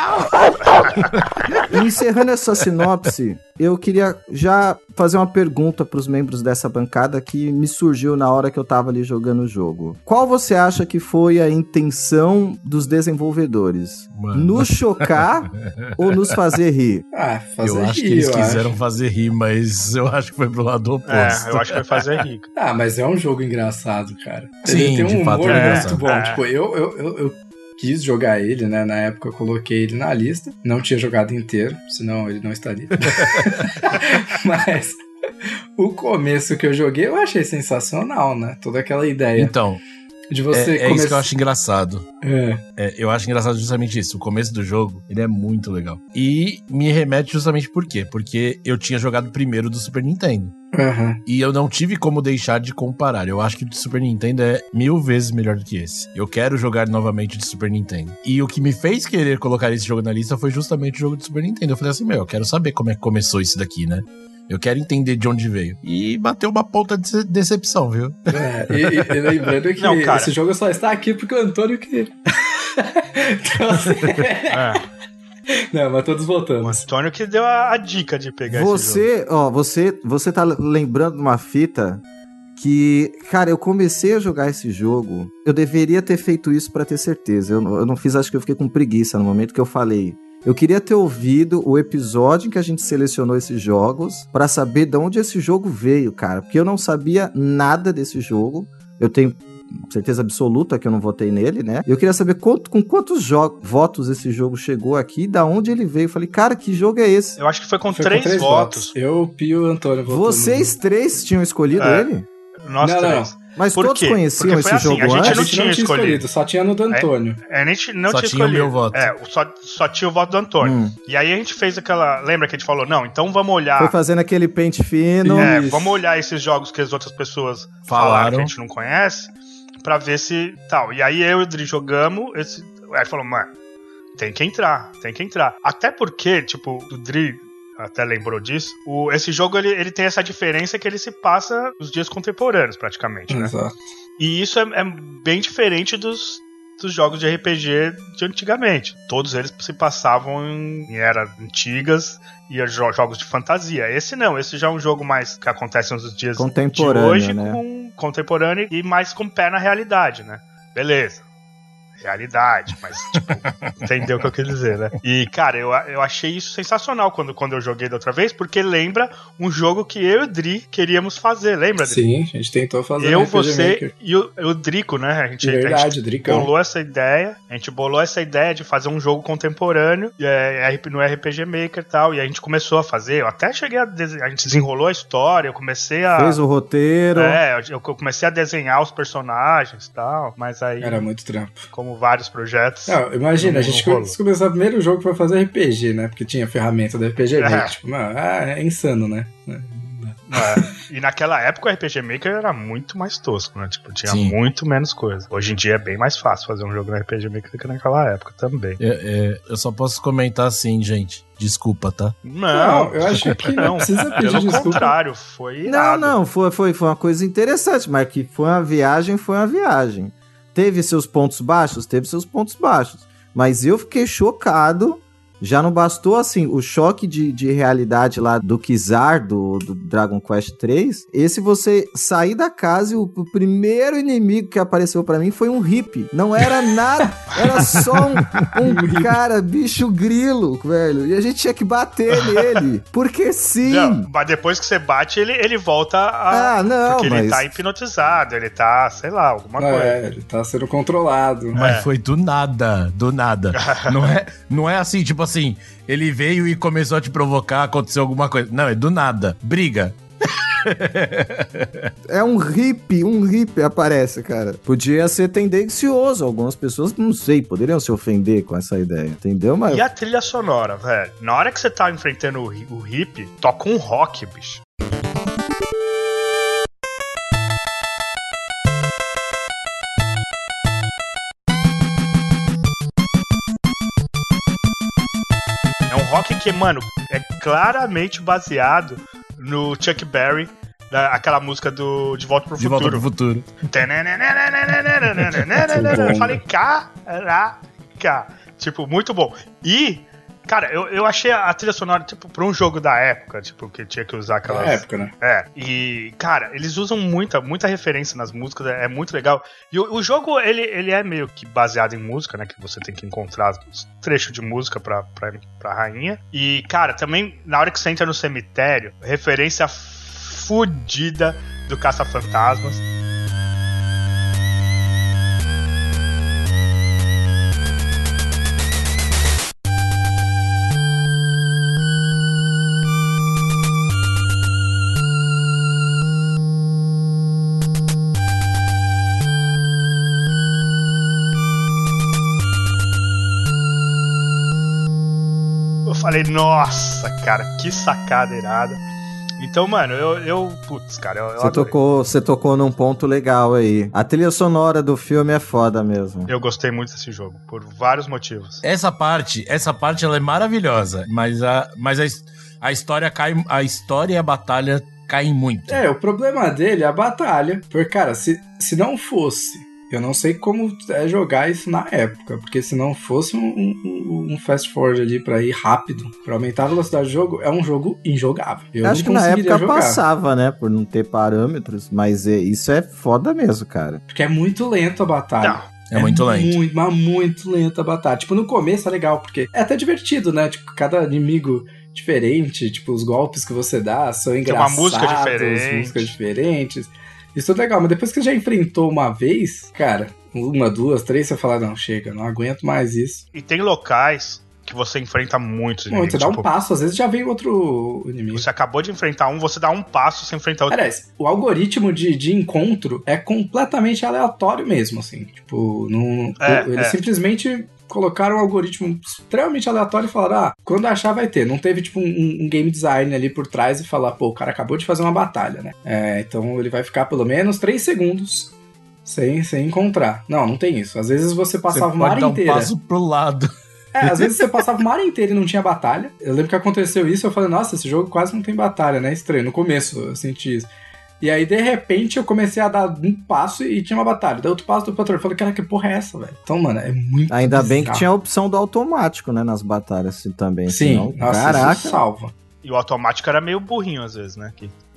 D: Encerrando essa sinopse, eu queria já fazer uma pergunta para os membros dessa bancada que me surgiu na hora que eu tava ali jogando o jogo. Qual você acha que foi a intenção dos desenvolvedores? Mano. Nos chocar ou nos fazer rir?
A: Ah, fazer
C: eu acho
A: rir,
C: que eles
A: eu
C: quiseram
A: acho.
C: fazer rir, mas eu acho que foi pro lado oposto.
B: É, eu acho que foi fazer rir.
A: Ah, mas é um jogo engraçado, cara.
C: Sim,
A: ele tem um
C: de fato
A: humor
C: é
A: muito bom.
B: É.
A: Tipo, eu, eu, eu, eu quis jogar ele, né? Na época eu coloquei ele na lista. Não tinha jogado inteiro, senão ele não estaria. Mas o começo que eu joguei eu achei sensacional, né? Toda aquela ideia.
C: Então,
A: de você
C: é, é
A: come...
C: isso que eu acho engraçado.
A: É.
C: É, eu acho engraçado justamente isso. O começo do jogo, ele é muito legal. E me remete justamente por quê? Porque eu tinha jogado primeiro do Super Nintendo.
A: Uhum.
C: E eu não tive como deixar de comparar. Eu acho que o de Super Nintendo é mil vezes melhor do que esse. Eu quero jogar novamente de Super Nintendo. E o que me fez querer colocar esse jogo na lista foi justamente o jogo de Super Nintendo. Eu falei assim, meu, eu quero saber como é que começou isso daqui, né? Eu quero entender de onde veio. E bateu uma ponta de decepção, viu?
A: É, e, e, e lembrando que
B: Não, cara.
A: esse jogo só está aqui porque o Antônio que... então, assim...
B: É.
A: Não, mas todos voltando.
B: O Antônio que deu a, a dica de pegar esse jogo.
D: Você, ó, você, você tá lembrando de uma fita que, cara, eu comecei a jogar esse jogo, eu deveria ter feito isso pra ter certeza. Eu, eu não fiz, acho que eu fiquei com preguiça no momento que eu falei. Eu queria ter ouvido o episódio em que a gente selecionou esses jogos pra saber de onde esse jogo veio, cara. Porque eu não sabia nada desse jogo. Eu tenho certeza absoluta que eu não votei nele, né? Eu queria saber quanto, com quantos votos esse jogo chegou aqui, da onde ele veio. Eu falei, cara, que jogo é esse?
B: Eu acho que foi com,
A: Foi
B: três,
A: com três
B: votos.
A: votos. Eu, Pio e o Antônio votou.
D: Vocês três tinham escolhido
B: É.
D: ele?
B: Nós
A: Não,
B: três.
A: não.
D: Mas
B: Por
D: todos
B: quê?
D: conheciam
B: Porque foi
D: esse
B: assim,
D: jogo
B: a gente
D: antes?
A: A gente
B: não
A: não
B: tinha
A: tinha
B: escolhido.
A: escolhido, só tinha no do Antônio.
B: É, a gente não
C: Só
B: tinha
C: tinha o
B: escolhido.
C: meu voto.
B: É, só, só tinha o voto do Antônio.
D: Hum.
B: E aí a gente fez aquela... Lembra que a gente falou, não, então vamos olhar...
D: Foi fazendo aquele pente fino.
B: É,
A: Isso.
B: vamos olhar esses jogos que as outras pessoas falaram,
C: Falaram.
B: que a gente não conhece, pra ver se tal. E aí eu e o Dri jogamos, esse... aí falou, mano, tem que entrar, tem que entrar. Até porque, tipo, o Dri até lembrou disso, o, esse jogo ele, ele tem essa diferença que ele se passa nos dias contemporâneos, praticamente, né?
A: Exato.
B: E isso é, é bem diferente dos, dos jogos de R P G de antigamente. Todos eles se passavam em, em eras antigas e jo- jogos de fantasia. Esse não, esse já é um jogo mais que acontece nos dias de
D: Contemporâneo,
B: hoje,
D: né?
B: com contemporâneo e mais com pé na realidade, né? Beleza. realidade, mas, tipo, entendeu o que eu quis dizer, né? E, cara, eu, eu achei isso sensacional quando, quando eu joguei da outra vez, porque lembra um jogo que eu e o Dri queríamos fazer, lembra, Dri?
A: Sim, a gente tentou fazer
B: Eu,
A: um R P G
B: você
A: Maker.
B: e o, o Drico, né? A gente,
A: Verdade,
B: a gente
A: o Dricão.
B: bolou essa ideia, a gente bolou essa ideia de fazer um jogo contemporâneo é, no R P G Maker e tal, e a gente começou a fazer, eu até cheguei a desenhar, a gente desenrolou a história, eu comecei a...
D: Fez o roteiro.
B: É, eu comecei a desenhar os personagens e tal, mas aí...
A: Era muito trampo.
B: Como vários projetos...
A: Não, imagina,
B: não,
A: a gente
B: não
A: começou o primeiro jogo pra fazer R P G, né? Porque tinha ferramenta do R P G
B: É.
A: Maker. Tipo, mano, é, é insano, né?
B: É. E naquela época o R P G Maker era muito mais tosco, né? Tipo, tinha
C: Sim.
B: muito menos coisa. Hoje em dia é bem mais fácil fazer um jogo no R P G Maker do que naquela época também.
C: É, é, eu só posso comentar assim, gente. Desculpa, tá?
B: Não,
A: Não, eu acho que não precisa pedir
B: Pelo
A: desculpa.
B: contrário, foi
D: Não,
B: irado.
D: não, foi, foi, foi uma coisa interessante, mas que foi uma viagem, foi uma viagem. Teve seus pontos baixos? Teve seus pontos baixos. Mas eu fiquei chocado. Já não bastou, assim, o choque de, de realidade lá do Kizar, do, do Dragon Quest três. Esse você sair da casa e o, o primeiro inimigo que apareceu pra mim foi um hippie. Não era nada, era só um, um cara, bicho grilo, velho. E a gente tinha que bater nele. Porque sim.
B: Não, mas depois que você bate, ele, ele volta a...
D: Ah, não,
B: Porque
D: mas...
B: ele tá hipnotizado, ele tá, sei lá, alguma
A: É,
B: coisa.
A: ele tá sendo controlado.
C: Mas
B: É.
C: foi do nada, do nada. não, é, não é assim, tipo assim, ele veio e começou a te provocar, aconteceu alguma coisa. Não, é do nada. Briga.
D: É um hippie, um hippie aparece, cara. Podia ser tendencioso. Algumas pessoas, não sei, poderiam se ofender com essa ideia, entendeu? Mas...
B: E a trilha sonora, velho? Na hora que você tá enfrentando o, hi- o hippie, toca um rock, bicho. É um rock que, mano, é claramente baseado no Chuck Berry, da, aquela música do De Volta pro
C: De volta
B: Futuro.
C: pro futuro.
B: Eu falei, caraca! Tipo, muito bom. E, cara, eu, eu achei a trilha sonora, tipo, pra um jogo da época, tipo, que tinha que usar aquelas...
A: Na época, né?
B: É, e, cara, eles usam muita, muita referência nas músicas, é muito legal. E o, o jogo, ele, ele é meio que baseado em música, né, que você tem que encontrar os trechos de música pra, pra, pra rainha. E, cara, também, na hora que você entra no cemitério, referência fudida do Caça-Fantasmas. Eu falei, nossa, cara, que sacada irada. Então, mano, eu, eu putz, cara, eu, eu
D: Você
B: adorei.
D: tocou, você tocou num ponto legal aí. A trilha sonora do filme é foda mesmo.
B: Eu gostei muito desse jogo, por vários motivos.
C: Essa parte, essa parte ela é maravilhosa, mas a, mas a, his- a história cai, a história e a batalha caem muito.
A: É, o problema dele é a batalha. Porque, cara, se, se não fosse... Eu não sei como é jogar isso na época, porque se não fosse um, um, um fast forward ali pra ir rápido, pra aumentar a velocidade do jogo, é um jogo injogável. Eu
D: Acho
A: não
D: que na
A: conseguiria
D: época
A: jogar,
D: passava, né? Por não ter parâmetros, mas é- isso é foda mesmo, cara.
A: porque é muito lento a batalha.
B: Não,
C: É muito lento.
A: Muito, mas muito lento a batalha. Tipo, no começo é legal, porque é até divertido, né? Tipo, cada inimigo diferente, tipo, os golpes que você dá são
B: uma
A: engraçados,
B: música diferente.
A: músicas diferentes. Isso é legal, mas depois que você já enfrentou uma vez, cara, uma, duas, três, você fala, não, chega, não aguento mais isso.
B: e tem locais que você enfrenta muitos
A: Bom,
B: inimigos.
A: você dá um
B: tipo,
A: passo, às vezes já vem outro inimigo.
B: você acabou de enfrentar um, você dá um passo, você enfrenta outro.
A: Aliás, o algoritmo de, de encontro é completamente aleatório mesmo, assim. Tipo, não,
B: É,
A: eles
B: é.
A: simplesmente colocaram um algoritmo extremamente aleatório e falaram, ah, quando achar vai ter. Não teve, tipo, um, um game design ali por trás e falar, pô, o cara acabou de fazer uma batalha, né? É, então ele vai ficar pelo menos três segundos sem, sem encontrar. Não, não tem isso. Às vezes você
C: Você
A: passava
C: pode
A: uma área
C: dar um
A: inteira.
C: passo pro lado.
A: É, às vezes você passava uma área inteira e não tinha batalha. Eu lembro que aconteceu isso, eu falei, nossa, esse jogo quase não tem batalha, né? Estranho. No começo eu senti isso. E aí, de repente, eu comecei a dar um passo e tinha uma batalha. Daí outro passo do patrão. Eu falei, cara, que porra é essa, velho? Então, mano, é muito
D: Ainda
A: bizarro.
D: bem que tinha a opção do automático, né? Nas batalhas assim, também.
A: Sim,
D: senão,
A: nossa,
D: caraca.
A: isso salva.
B: E o automático era meio burrinho às vezes, né? Que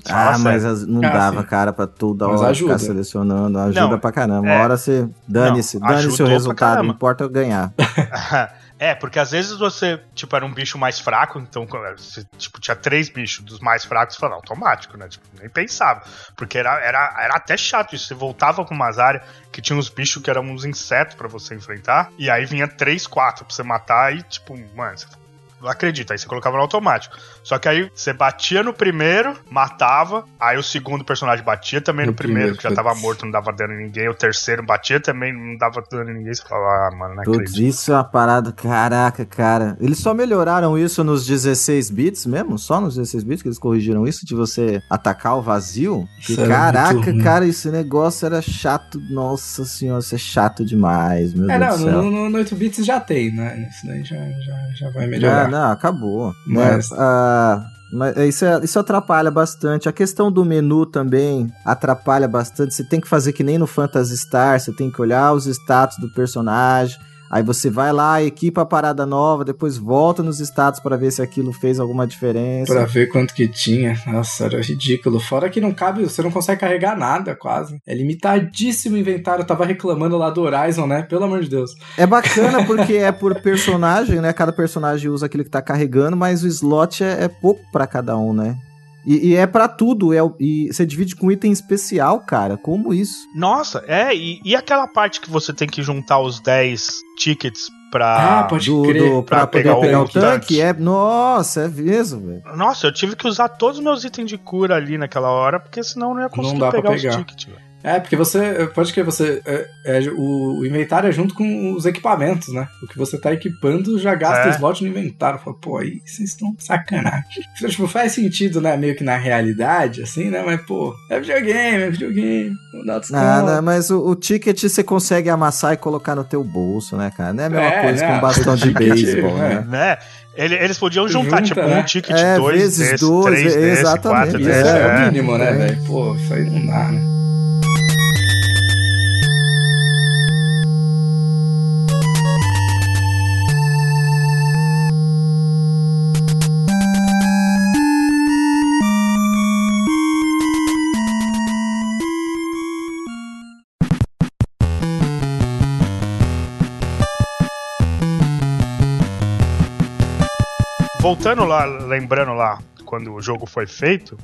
D: Ah,
B: Fala
D: mas
B: sério.
D: as- não
A: Ah,
D: dava,
A: sim.
D: cara, pra toda
A: Mas
D: hora
A: ajuda.
D: ficar selecionando. Ajuda
B: Não,
D: pra caramba.
B: é.
D: Uma hora você... Dane-se,
B: Não,
D: dane-se
B: ajudou
D: o
B: pra
D: resultado,
B: caramba.
D: importa ganhar.
B: É, porque às vezes você, tipo, era um bicho mais fraco, então, você, tipo, tinha três bichos dos mais fracos, você falava, automático, né? Tipo, nem pensava. Porque era, era, era até chato isso. Você voltava com umas áreas que tinha uns bichos que eram uns insetos pra você enfrentar, e aí vinha três, quatro pra você matar, e, tipo, mano, você não acredita, aí você colocava no automático. Só que aí você batia no primeiro, matava, aí o segundo personagem batia também no,
A: No
B: primeiro,
A: primeiro,
B: que já tava
A: putz.
B: morto, não dava dano em ninguém, o terceiro batia também, não dava dano em ninguém, você falava, ah, mano, não
D: Putz,
B: acredito.
D: isso é uma parada, caraca, cara. Eles só melhoraram isso nos dezesseis bits mesmo? Só nos dezesseis bits que eles corrigiram isso de você atacar o vazio?
A: Isso
D: Que,
A: era muito
D: caraca,
A: ruim.
D: cara, esse negócio era chato. Nossa senhora, isso é chato demais, meu
A: É,
D: Deus
A: não,
D: do céu.
A: no, no, no oito bits já tem, né? Isso daí já, já, já vai
D: Ah,
A: melhorar.
D: não, acabou.
A: Mas-
D: Né? Ah, mas isso, é- isso atrapalha bastante. A questão do menu também atrapalha bastante. Você tem que fazer que nem no Phantasy Star, você tem que olhar os status do personagem. Aí você vai lá, equipa a parada nova, depois volta nos status pra ver se aquilo fez alguma diferença.
A: Pra ver quanto que tinha. Nossa, era ridículo. Fora que não cabe, você não consegue carregar nada, quase. É limitadíssimo o inventário. Eu tava reclamando lá do Horizon, né? Pelo amor de Deus.
D: É bacana porque é por personagem, né? Cada personagem usa aquilo que tá carregando, mas o slot é, é pouco pra cada um, né? E, e é pra tudo, é, o- e você divide com item especial, cara. Como isso?
B: Nossa, é, e, e aquela parte que você tem que juntar os dez tickets pra...
A: Ah, pode
D: Do,
A: crer.
D: do, pra,
B: pra
D: poder
B: pegar
D: pegar,
B: o
D: o tanque,
B: tanque.
D: é. Nossa, é mesmo, velho.
B: Nossa, eu tive que usar todos os meus itens de cura ali naquela hora, porque senão eu não ia conseguir
A: dá pra
B: pegar,
A: pegar.
B: os tickets, velho.
A: É, porque você. Pode crer, você. É, é, o, o inventário é junto com os equipamentos, né? O que você tá equipando já gasta
B: É.
A: slot no inventário. Fala, pô, aí vocês estão sacanagem. Então, tipo, faz sentido, né? Meio que na realidade, assim, né? Mas, pô, é videogame, é videogame. Não dá desconto.
D: Nada, mas o, o ticket você consegue amassar e colocar no teu bolso, né, cara? Não é a mesma
A: É,
D: coisa
A: né?
D: que um bastão de
A: Ticket,
D: beisebol,
A: é.
D: né?
B: Né? Ele- Eles podiam juntar,
A: Junta,
B: tipo,
A: né?
B: um ticket,
D: É,
B: dois
D: vezes
B: desse,
D: dois,
B: três
D: é,
B: desse,
D: exatamente.
B: quatro
A: Isso
B: desse.
A: é,
D: É,
A: o mínimo, né,
D: é.
A: velho? Pô, isso aí não dá, né?
B: Voltando lá, lembrando lá, quando o jogo foi feito,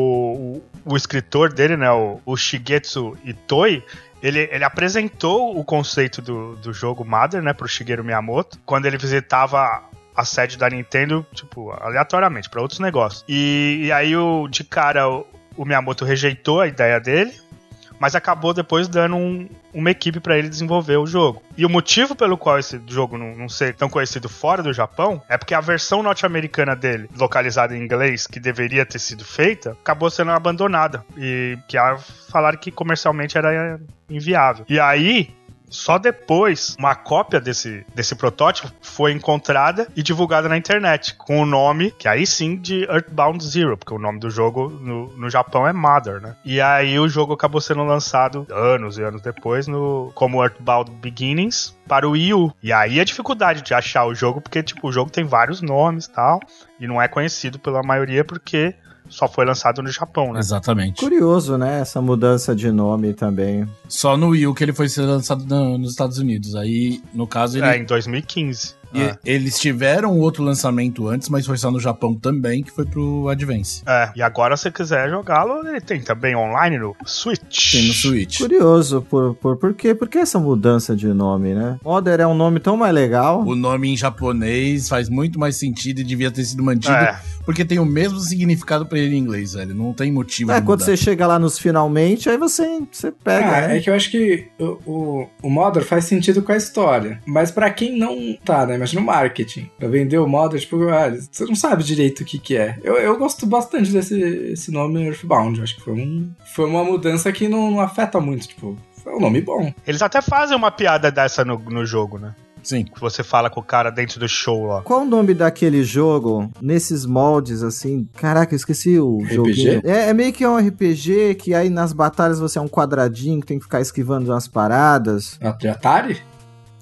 B: o, o, o escritor dele, né, o, o Shigetsu Itoi, ele, ele apresentou o conceito do, do jogo Mother, né, pro Shigeru Miyamoto, quando ele visitava a sede da Nintendo, tipo, aleatoriamente, para outros negócios. E, e aí, o, de cara, o, o Miyamoto rejeitou a ideia dele, mas acabou depois dando um, uma equipe pra ele desenvolver o jogo. E o motivo pelo qual esse jogo não, não ser tão conhecido fora do Japão é porque a versão norte-americana dele, localizada em inglês, que deveria ter sido feita, acabou sendo abandonada. E que a, falaram que comercialmente era inviável. E aí, só depois, uma cópia desse, desse protótipo foi encontrada e divulgada na internet, com o nome, que aí sim, de Earthbound Zero, porque o nome do jogo no, no Japão é Mother, né? E aí o jogo acabou sendo lançado anos e anos depois, no, como Earthbound Beginnings, para o Wii U. E aí a dificuldade de achar o jogo, porque tipo, o jogo tem vários nomes e tal, e não é conhecido pela maioria porque só foi lançado no Japão, né?
C: Exatamente.
D: Curioso, né? Essa mudança de nome também.
C: Só no Wii U que ele foi ser lançado no- nos Estados Unidos. Aí, no caso, ele,
B: É, em dois mil e quinze.
C: e-
B: É.
C: eles tiveram outro lançamento antes, mas foi só no Japão também, que foi pro Advance.
B: É, e agora se você quiser jogá-lo, ele tem também online no Switch.
C: Tem no Switch.
D: Curioso, por, por, por quê? Por que essa mudança de nome, né? Mother é um nome tão mais legal.
C: O nome em japonês faz muito mais sentido e devia ter sido mantido,
B: É.
C: porque tem o mesmo significado pra ele em inglês, velho. Não tem motivo
D: É,
C: de
D: quando
C: mudar.
D: você chega lá nos finalmente, aí você, você pega,
A: Ah,
D: né?
A: é que eu acho que o, o, o Mother faz sentido com a história. Mas pra quem não tá, né? Imagina o marketing. Pra vender o Mother, tipo, ah, você não sabe direito o que que é. Eu, eu gosto bastante desse esse nome Earthbound. Eu acho que foi, um, foi uma mudança que não, não afeta muito. Tipo, foi um nome bom.
B: Eles até fazem uma piada dessa no, no jogo, né?
C: Sim.
B: Que você fala com o cara dentro do show lá.
D: Qual o nome daquele jogo, nesses moldes, assim? Caraca, eu esqueci o
A: R P G?
D: joguinho. É, é meio que um R P G, que aí nas batalhas você é um quadradinho que tem que ficar esquivando umas paradas.
A: Ah, de Atari?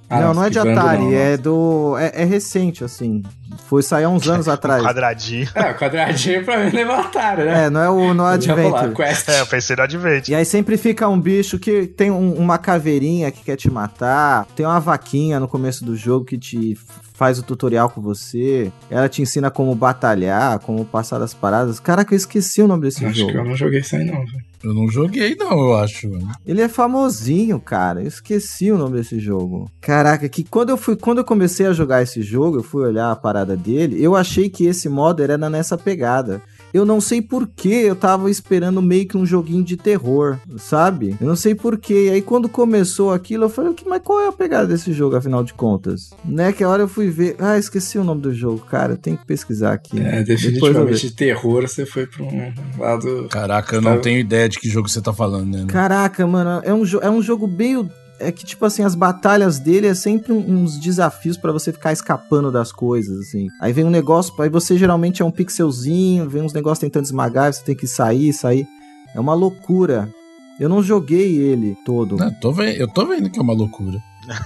A: Ah,
D: não, não é de
A: esquivando
D: Atari,
A: não,
D: é
A: nossa.
D: do... É, é recente, assim. Foi sair há uns anos atrás.
B: Quadradinho.
A: É, o quadradinho pra mim lembra Atari, né?
D: É, não é o no
A: Eu já vou lá,
D: Adventure.
A: Quest.
B: É, eu pensei no Advent.
D: E aí sempre fica um bicho que tem um- uma caveirinha que quer te matar, tem uma vaquinha no começo do jogo que te f- faz o tutorial com você, ela te ensina como batalhar, como passar das paradas. Caraca, eu esqueci o nome desse
A: Acho
D: jogo.
A: que eu não joguei isso aí não, velho.
C: Eu não joguei, não, eu acho. Mano.
D: Ele é famosinho, cara. Eu esqueci o nome desse jogo. Caraca, que quando eu fui, quando eu comecei a jogar esse jogo, eu fui olhar a parada dele, eu achei que esse modder era nessa pegada. Eu não sei por que eu tava esperando meio que um joguinho de terror, sabe? Eu não sei por que. Aí quando começou aquilo, eu falei, mas qual é a pegada desse jogo, afinal de contas? Né, que a hora eu fui ver... Ah, esqueci o nome do jogo, cara. Eu tenho que pesquisar aqui.
A: É,
D: Depois eu
A: definitivamente
D: vejo.
A: de terror você foi pra um lado...
C: Caraca, eu não
A: Tá.
C: tenho ideia de que jogo você tá falando, né?
D: Caraca, mano, é um, jo- é um jogo meio... É que, tipo assim, as batalhas dele é sempre um- uns desafios pra você ficar escapando das coisas, assim. Aí vem um negócio, aí você geralmente é um pixelzinho, vem uns negócios tentando esmagar, você tem que sair, sair. É uma loucura. Eu não joguei ele todo.
C: Não, tô ve- eu tô vendo que é uma loucura.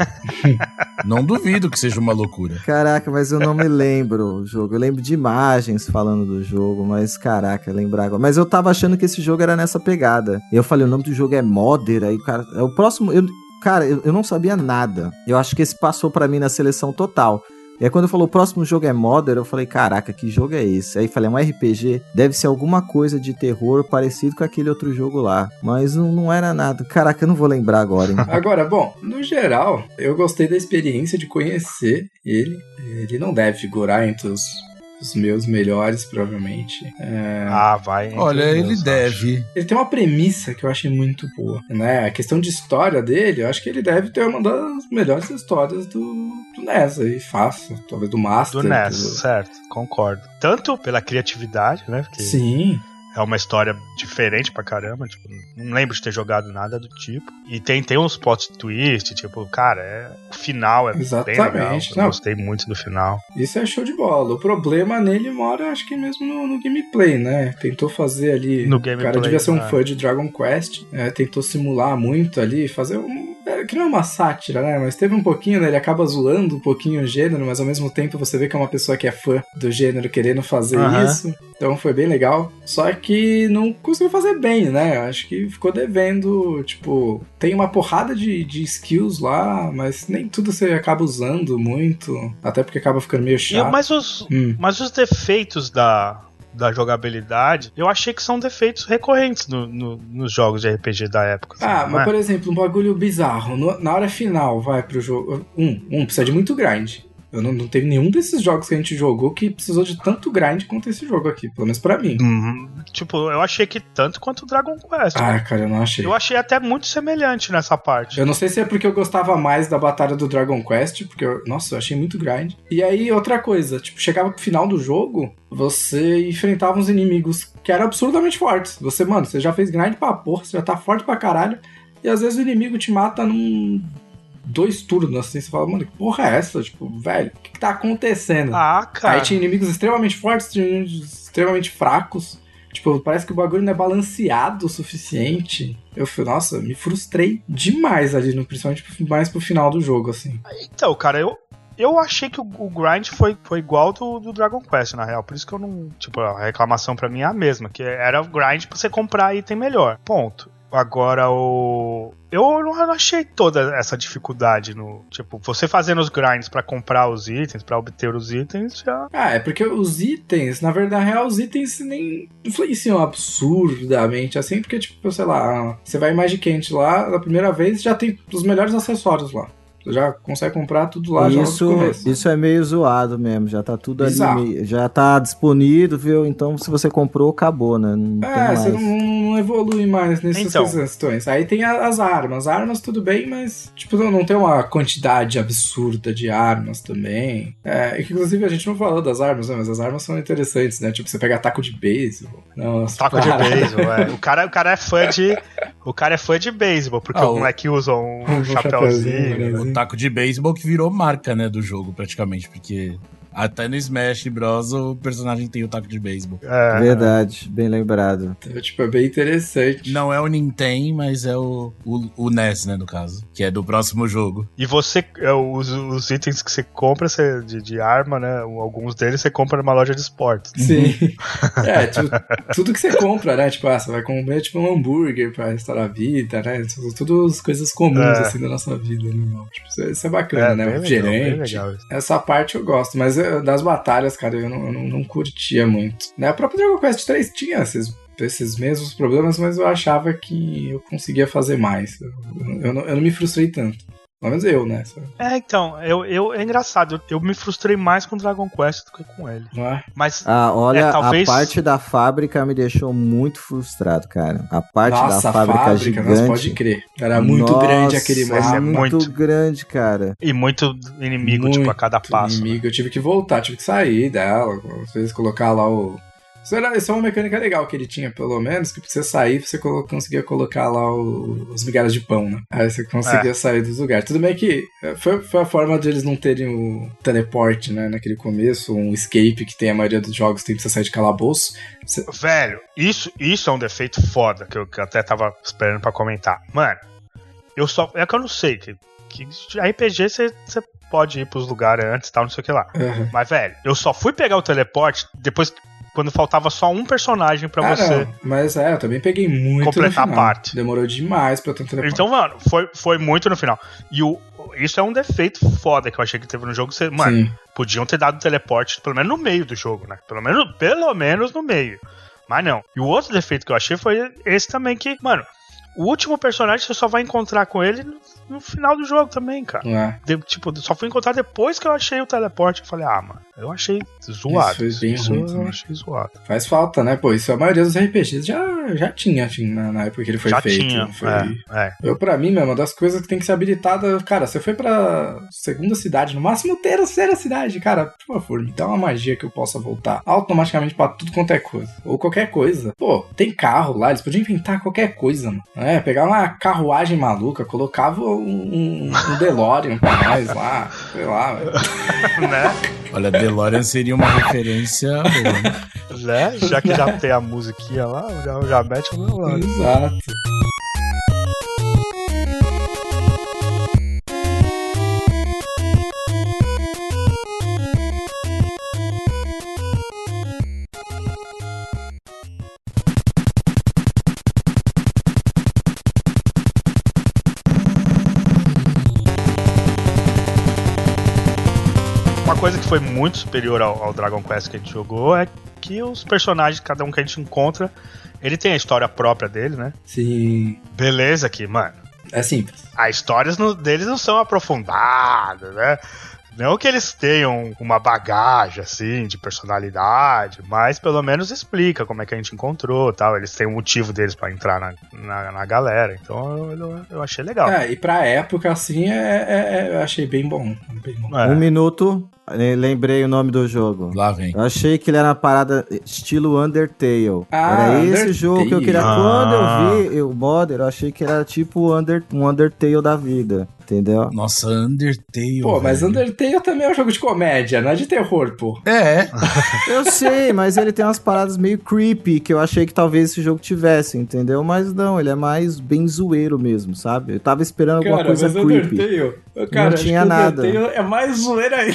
C: Não duvido que seja uma loucura.
D: Caraca, mas eu não me lembro o jogo. Eu lembro de imagens falando do jogo, mas caraca, lembrar agora. Mas eu tava achando que esse jogo era nessa pegada. E eu falei, o nome do jogo é Modder, aí o cara... É o próximo... Eu, cara, eu, eu não sabia nada. Eu acho que esse passou pra mim na seleção total. E aí quando falou o próximo jogo é Modder, eu falei, caraca, que jogo é esse? Aí falei, é um R P G, deve ser alguma coisa de terror parecido com aquele outro jogo lá. Mas não, não era nada. Caraca, eu não vou lembrar agora, hein?
A: Agora, bom, no geral, eu gostei da experiência de conhecer ele. Ele não deve figurar entre os, os meus melhores, provavelmente. É,
B: Ah, vai. entre
C: Olha,
B: os
C: ele
B: meus,
C: deve.
A: Ele tem uma premissa que eu achei muito boa, né? A questão de história dele, eu acho que ele deve ter uma das melhores histórias do, do N E S aí, fácil. Talvez do Master.
B: Do N E S, certo, concordo. Tanto pela criatividade, né? Porque
A: Sim.
B: é uma história diferente pra caramba. Tipo, não lembro de ter jogado nada do tipo. E tem, tem uns plot twist, tipo, cara, é, o final é
A: Exatamente,
B: bem legal. Eu
A: não.
B: gostei muito do final.
A: Isso é show de bola. O problema nele mora, acho que mesmo no, no gameplay, né? Tentou fazer ali...
B: No
A: O cara
B: gameplay,
A: devia ser um
B: né?
A: fã de Dragon Quest. É, tentou simular muito ali, fazer um... É, que não é uma sátira, né? Mas teve um pouquinho, né? Ele acaba zoando um pouquinho o gênero, mas ao mesmo tempo você vê que é uma pessoa que é fã do gênero querendo fazer
B: Aham.
A: isso. Então foi bem legal. Só que não conseguiu fazer bem, né? Acho que ficou devendo, tipo... Tem uma porrada de, de skills lá, mas nem tudo você acaba usando muito. Até porque acaba ficando meio
B: E,
A: chato.
B: mas, os,
A: Hum.
B: mas os defeitos da, da jogabilidade, eu achei que são defeitos recorrentes no, no- nos jogos de R P G da época. assim,
A: Ah,
B: não
A: mas
B: é?
A: por exemplo, um bagulho bizarro. No- na hora final, vai pro jogo. Um, um precisa de muito grind. Eu não, não tenho nenhum desses jogos que a gente jogou que precisou de tanto grind quanto esse jogo aqui, pelo menos pra mim.
B: Uhum. Tipo, eu achei que tanto quanto o Dragon Quest.
A: Ah, cara, eu não achei.
B: Eu achei até muito semelhante nessa parte.
A: Eu não sei se é porque eu gostava mais da batalha do Dragon Quest, porque, eu, nossa, eu achei muito grind. E aí, outra coisa, tipo, chegava pro final do jogo, você enfrentava uns inimigos que eram absurdamente fortes. Você, mano, você já fez grind pra porra, você já tá forte pra caralho, e às vezes o inimigo te mata num... dois turnos, assim, você fala, mano, que porra é essa? Tipo, velho, o que, que tá acontecendo?
B: Ah, cara.
A: Aí tinha inimigos extremamente fortes, tinha inimigos extremamente fracos. Tipo, parece que o bagulho não é balanceado o suficiente. Eu fui, nossa, me frustrei demais ali, no, principalmente mais pro final do jogo, assim.
B: Então, cara, eu, eu achei que o, o grind foi, foi igual do, do Dragon Quest, na real. Por isso que eu não... Tipo, a reclamação pra mim é a mesma, que era o grind pra você comprar item melhor. Ponto. Agora, o... Eu não achei toda essa dificuldade no... Tipo, você fazendo os grinds pra comprar os itens, pra obter os itens, já...
A: Ah, é porque os itens, na verdade, na real, os itens nem influenciam absurdamente, assim, porque, tipo, sei lá, você vai em Magic Ant lá, na primeira vez, já tem os melhores acessórios lá. Você já consegue comprar tudo lá já no
D: Isso,
A: começo.
D: isso é meio zoado mesmo, já tá tudo
A: Bizarro.
D: ali, meio- já tá disponível, então se você comprou, acabou, né? Não tem
A: É,
D: mais.
A: você não, não evolui mais nessas
B: Então.
A: questões. Aí tem a- as armas. Armas tudo bem, mas tipo, não, não tem uma quantidade absurda de armas também. É, inclusive a gente não falou das armas, né? Mas as armas são interessantes, né? Tipo, você pega taco de beisebol. Nossa,
B: Taco de
A: parada.
B: beisebol, é. O cara, o cara é fã de... O cara é fã de beisebol, porque
C: Ah,
B: o
C: o-
B: moleque usa um,
A: Um
B: chapéuzinho.
A: chapéuzinho, né?
C: O taco de beisebol que virou marca, né, do jogo, praticamente, porque Até no Smash Bros. O personagem tem o taco de beisebol.
D: É, Verdade, bem lembrado.
A: Então, tipo, é bem interessante.
C: Não é o Nintendo, mas é o, o, o N E S, né, no caso. Que é do próximo jogo.
B: E você, os, os itens que você compra você, de, de arma, né? Alguns deles você compra numa loja de esportes.
A: Sim. é, tipo, tudo que você compra, né? Tipo, ah, você vai comer tipo um hambúrguer pra restaurar a vida, né? Tudo as coisas comuns, é. assim, da nossa vida. Né? Tipo, isso, isso é bacana, é, né? Refrigerante. Essa parte eu gosto, mas eu, das batalhas, cara, eu não, eu não, não curtia muito. Né? A própria Dragon Quest três tinha esses, esses mesmos problemas, mas eu achava que eu conseguia fazer mais. Eu, eu, não, eu não me frustrei tanto. Pelo menos eu, né?
B: É, então, eu, eu, é engraçado. Eu, eu me frustrei mais com Dragon Quest do que com ele.
A: Não é?
B: Mas,
D: ah, olha,
B: é, talvez...
D: a parte da fábrica me deixou muito frustrado, cara. A parte
A: nossa,
D: da fábrica,
A: fábrica
D: gigante.
A: Nossa, pode crer. Era muito
D: nossa,
A: grande aquele mapa.
D: É muito, muito grande, cara.
B: E muito inimigo, muito tipo, a cada passo.
A: Inimigo.
B: Né?
A: Eu tive que voltar, tive que sair dela. Às vezes colocar lá o... Isso, era, isso é uma mecânica legal que ele tinha, pelo menos, que pra você sair, você colo- conseguia colocar lá o, os migalhas de pão, né? Aí você conseguia é. sair dos lugares. Tudo bem que foi, foi a forma de eles não terem o teleporte, né? Naquele começo, um escape que tem a maioria dos jogos, tem que você sair de calabouço. Você...
B: Velho, isso, isso é um defeito foda, que eu, que eu até tava esperando pra comentar. Mano, eu só... É que eu não sei, que, que R P G você... pode ir pros lugares antes e tal, não sei o que lá. Uhum. Mas, velho, eu só fui pegar o teleporte depois... Quando faltava só um personagem pra ah, você.
A: Não. Mas é, eu também peguei muito
B: completar
A: no
B: final. A parte.
A: Demorou demais pra eu ter um teleporte.
B: Então, mano, foi, foi muito no final. E o, isso é um defeito foda que eu achei que teve no jogo. Você, mano, Sim. podiam ter dado teleporte pelo menos no meio do jogo, né? Pelo menos, pelo menos no meio. Mas não. E o outro defeito que eu achei foi esse também que, mano, o último personagem você só vai encontrar com ele no, no final do jogo também, cara.
A: É.
B: De, tipo, só fui encontrar depois que eu achei o teleporte. Eu falei, ah, mano, eu achei zoado.
A: Isso foi bem
B: isso
A: ruim
B: eu
A: também.
B: achei zoado.
A: Faz falta, né? Pô, isso a maioria dos R P Gs já, já tinha, assim, na, na época que ele foi
B: já
A: feito.
B: Tinha,
A: foi...
B: é, é.
A: Eu, pra mim, mesmo, uma das coisas que tem que ser habilitada... Cara, você foi pra segunda cidade, no máximo terceira cidade. Cara, por favor, me dá uma magia que eu possa voltar automaticamente pra tudo quanto é coisa. Ou qualquer coisa. Pô, tem carro lá, eles podiam inventar qualquer coisa, mano. É, pegar uma carruagem maluca, colocava um, um, um DeLorean pra nós lá, sei lá, velho.
B: Né?
C: Olha, DeLorean seria uma referência boa,
B: né? Já que já tem a musiquinha lá, já, já mete o DeLorean.
A: Exato.
B: Coisa que foi muito superior ao, ao Dragon Quest que a gente jogou é que os personagens, cada um que a gente encontra, ele tem a história própria dele, né?
A: Sim.
B: Beleza aqui, mano.
A: É simples.
B: As histórias no, deles não são aprofundadas, né? Não que eles tenham uma bagagem, assim, de personalidade, mas pelo menos explica como é que a gente encontrou, tal. Eles têm um motivo deles pra entrar na, na, na galera. Então eu, eu, eu achei legal.
A: É, e pra época, assim, é, é, é, eu achei bem bom. Bem bom.
D: É. Um minuto, lembrei o nome do jogo.
C: Lá vem.
D: Eu achei que ele era uma parada estilo Undertale.
A: Ah,
D: era esse
A: Undertale.
D: jogo que eu queria.
B: Ah.
D: Quando eu vi o modder, eu achei que ele era tipo Under, um Undertale da vida. Entendeu?
C: Nossa, Undertale.
A: Pô, mas
C: velho.
A: Undertale também é um jogo de comédia, não é de terror, pô.
C: É.
D: Eu sei, mas ele tem umas paradas meio creepy que eu achei que talvez esse jogo tivesse, entendeu? Mas não, ele é mais bem zoeiro mesmo, sabe? Eu tava esperando alguma
A: cara,
D: coisa
A: mas
D: creepy.
A: Undertale, cara,
D: não tinha nada.
A: Undertale é mais zoeiro ainda.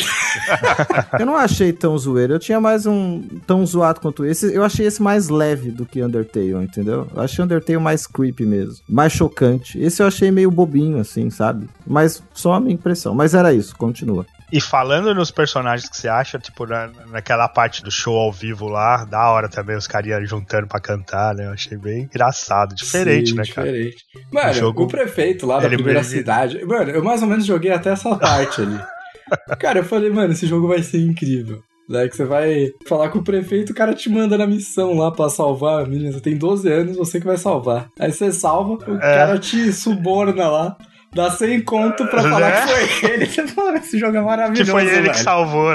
D: Eu não achei tão zoeiro, eu tinha mais um tão zoado quanto esse. Eu achei esse mais leve do que Undertale, entendeu? Eu achei Undertale mais creepy mesmo, mais chocante. Esse eu achei meio bobinho, assim, sabe? Mas só a minha impressão. Mas era isso, continua.
B: E falando nos personagens que você acha, tipo, na, naquela parte do show ao vivo lá, da hora também os caras juntando pra cantar, né? Eu achei bem engraçado, diferente,
A: Sim,
B: né,
A: diferente.
B: cara?
A: Mano, o,
B: jogo,
A: o prefeito lá da primeira ele... cidade... Mano, eu mais ou menos joguei até essa parte ali. Cara, eu falei, mano, esse jogo vai ser incrível. Daí que você vai falar com o prefeito, o cara te manda na missão lá pra salvar a menina. Você tem doze anos, você que vai salvar. Aí você salva, o é. cara te suborna lá. Dá cem conto pra falar né? que foi ele. Você fala, esse jogo é maravilhoso,
B: que foi ele
A: velho.
B: que salvou, né?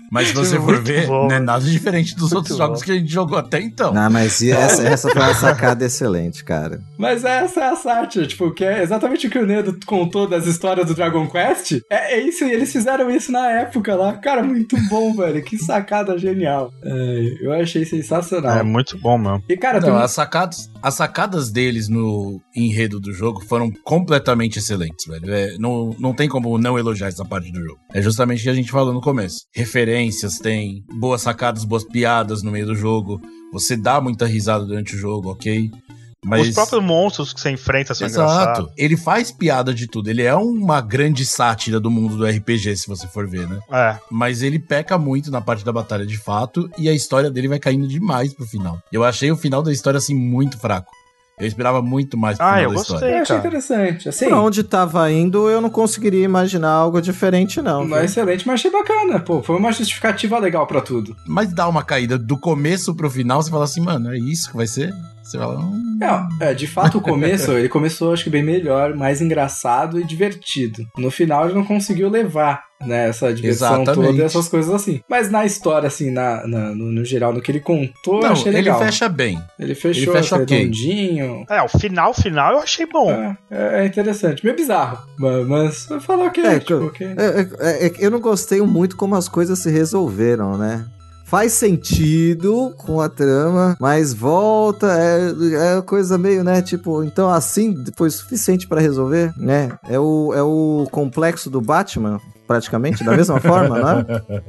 C: Mas se você for ver,
B: bom.
C: não é nada diferente dos
B: Muito
C: outros
B: bom.
C: jogos que a gente jogou até então.
D: Não, mas essa, essa foi uma sacada excelente, cara.
A: Mas essa é a sátira, tipo, que é exatamente o que o Nedo contou das histórias do Dragon Quest. É, é isso, e eles fizeram isso na época lá. Cara, muito bom, velho. Que sacada genial. É, eu achei sensacional.
B: É muito bom mesmo.
A: E, cara, tem
C: Não,
A: um...
C: as, sacadas, as sacadas deles no enredo do jogo foram completamente excelentes, velho. É, não, não tem como não elogiar essa parte do jogo. É justamente o que a gente falou no começo. Referências, tem boas sacadas, boas piadas no meio do jogo. Você dá muita risada durante o jogo, ok? Mas...
B: Os próprios monstros que você enfrenta são
C: Exato.
B: engraçados.
C: Ele faz piada de tudo. Ele é uma grande sátira do mundo do R P G, se você for ver, né?
B: É.
C: Mas ele peca muito na parte da batalha de fato e a história dele vai caindo demais pro final. Eu achei o final da história, assim, muito fraco. Eu esperava muito mais pro
B: Ah,
C: final
B: eu
C: da
B: gostei.
C: história.
A: Eu achei
B: cara.
A: interessante. Assim,
D: Pra onde tava indo, eu não conseguiria imaginar algo diferente, não.
A: não é
D: viu?
A: excelente, mas achei bacana. Pô, foi uma justificativa legal pra tudo.
C: Mas dá uma caída do começo pro final, você fala assim, mano, é isso que vai ser? Você fala... Hum...
A: Não, é, de fato o começo, ele começou acho que bem melhor, mais engraçado e divertido. No final ele não conseguiu levar, né, essa diversão
C: Exatamente.
A: toda e essas coisas assim. Mas na história, assim, na, na- no, no geral, no que ele contou, eu
C: Não,
A: achei
C: ele
A: legal.
C: fecha bem.
A: Ele fechou,
C: ele fecha
A: assim,
C: ok.
A: redondinho.
B: É, o final, final eu achei bom.
A: É, é interessante, meio bizarro, mas, mas eu falo ok,
D: É,
A: tipo,
D: que-
A: ok.
D: É, é, é, eu não gostei muito como as coisas se resolveram, né? Faz sentido com a trama, mas volta, é, é coisa meio, né? Tipo, então assim foi suficiente pra resolver, né? É o, é o complexo do Batman, praticamente, da mesma forma, né?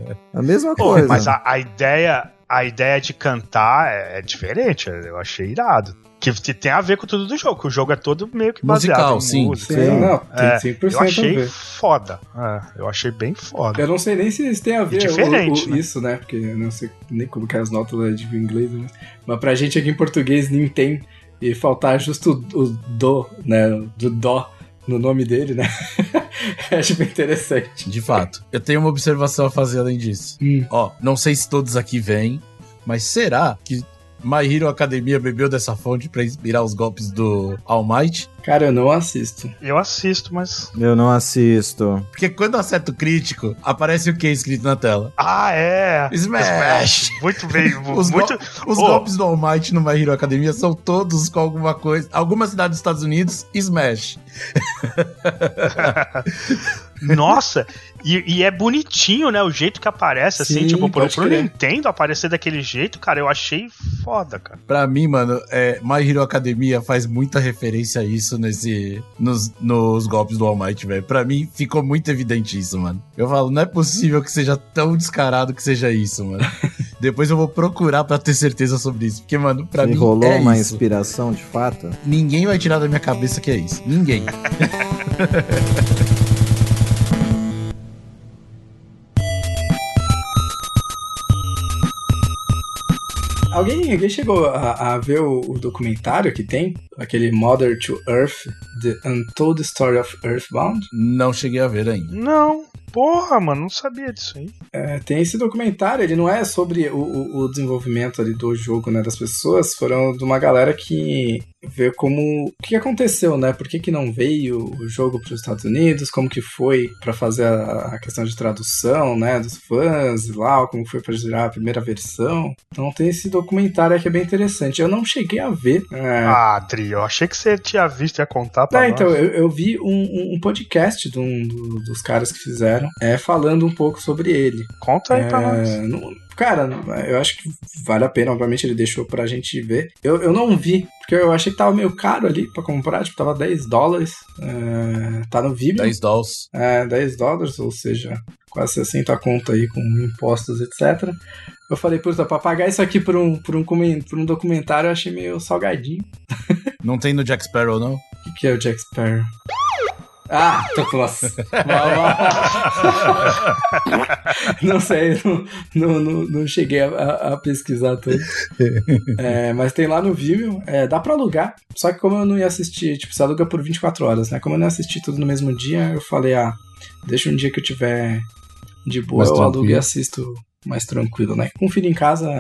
D: A mesma
B: Pô,
D: coisa.
B: mas a, a ideia a ideia de cantar é, é diferente, eu achei irado. Que, que tem a ver com tudo do jogo, que o jogo é todo meio que baseado
C: Musical,
B: em
C: sim.
B: música.
A: Sim, não, tem
B: É,
A: cem por cento
B: eu achei
A: a ver.
B: foda. É, eu achei bem foda.
A: Eu não sei nem se isso tem a ver
B: diferente,
A: o- o-
B: né?
A: isso, né? Porque eu não sei nem como que é as notas lá de inglês, né? Mas pra gente aqui em português nem tem. E faltar justo o, o do, né? Do dó no nome dele, né? Acho bem interessante.
C: De fato. Eu tenho uma observação a fazer além disso.
A: Hum.
C: Ó, não sei se todos aqui vêm, mas será que My Hero Academia bebeu dessa fonte pra inspirar os golpes do All Might?
A: Cara, eu não assisto.
B: Eu assisto, mas.
D: Eu não assisto.
C: Porque quando acerta o crítico, aparece o que escrito na tela?
B: Ah, é!
C: Smash!
B: Muito bem.
C: Os,
B: muito...
C: go- os
B: Oh,
C: golpes do All Might no My Hero Academia são todos com alguma coisa. Alguma cidade dos Estados Unidos, Smash.
B: Nossa! E, e é bonitinho, né? O jeito que aparece, assim,
A: Sim,
B: tipo, pro,
A: pode
B: pro
A: crer.
B: Nintendo aparecer daquele jeito, cara, eu achei foda, cara.
C: Pra mim, mano, é, My Hero Academia faz muita referência a isso nesse, nos, nos golpes do All Might, velho. Pra mim, ficou muito evidente isso, mano. Eu falo, não é possível que seja tão descarado que seja isso, mano. Depois eu vou procurar pra ter certeza sobre isso. Porque, mano, pra
D: Se
C: mim
D: rolou
C: é
D: uma
C: isso.
D: inspiração de fato.
C: Ninguém vai tirar da minha cabeça que é isso. Ninguém.
A: Alguém, alguém chegou a, a ver o, o documentário que tem? Aquele Mother to Earth, The Untold Story of Earthbound?
C: Não cheguei a ver ainda.
B: Não, porra, mano, não sabia disso aí.
A: É, tem esse documentário, ele não é sobre o, o, o desenvolvimento ali do jogo, né, das pessoas, foram de uma galera que vê como, o que aconteceu, né, por que que não veio o jogo para os Estados Unidos, como que foi para fazer a, a questão de tradução, né, dos fãs e lá, como foi para gerar a primeira versão. Então tem esse documentário que é bem interessante. Eu não cheguei a ver. É...
B: Ah, Adri, eu achei que você tinha visto e ia contar pra
A: Não,
B: nós.
A: então, eu, eu vi um, um- um podcast de um do- dos caras que fizeram, é, falando um pouco sobre ele.
B: Conta aí pra nós.
A: É, não- cara, eu acho que vale a pena, obviamente ele deixou pra gente ver. Eu, eu não vi, porque eu achei que tava meio caro ali pra comprar, tipo, tava dez dólares. É, tá no Vimeo.
C: dez dólares.
A: É, dez dólares, ou seja, quase sessenta conto aí com impostos, etcétera. Eu falei, puta, pra pagar isso aqui por um, por um, comen- por um documentário eu achei meio salgadinho.
C: Não tem no Jack Sparrow, não?
A: O que, que é o Jack Sparrow? Ah, tô nossa. Não sei, não, não, não, não cheguei a, a- a pesquisar tudo. É, mas tem lá no Vimeo, é, dá pra alugar. Só que como eu não ia assistir, tipo, você aluga por vinte e quatro horas, né? Como eu não ia assistir tudo no mesmo dia, eu falei, ah, deixa um dia que eu tiver de boa,
C: Mais
A: eu
C: tranquilo.
A: alugo e assisto mais tranquilo, né? Com filho em casa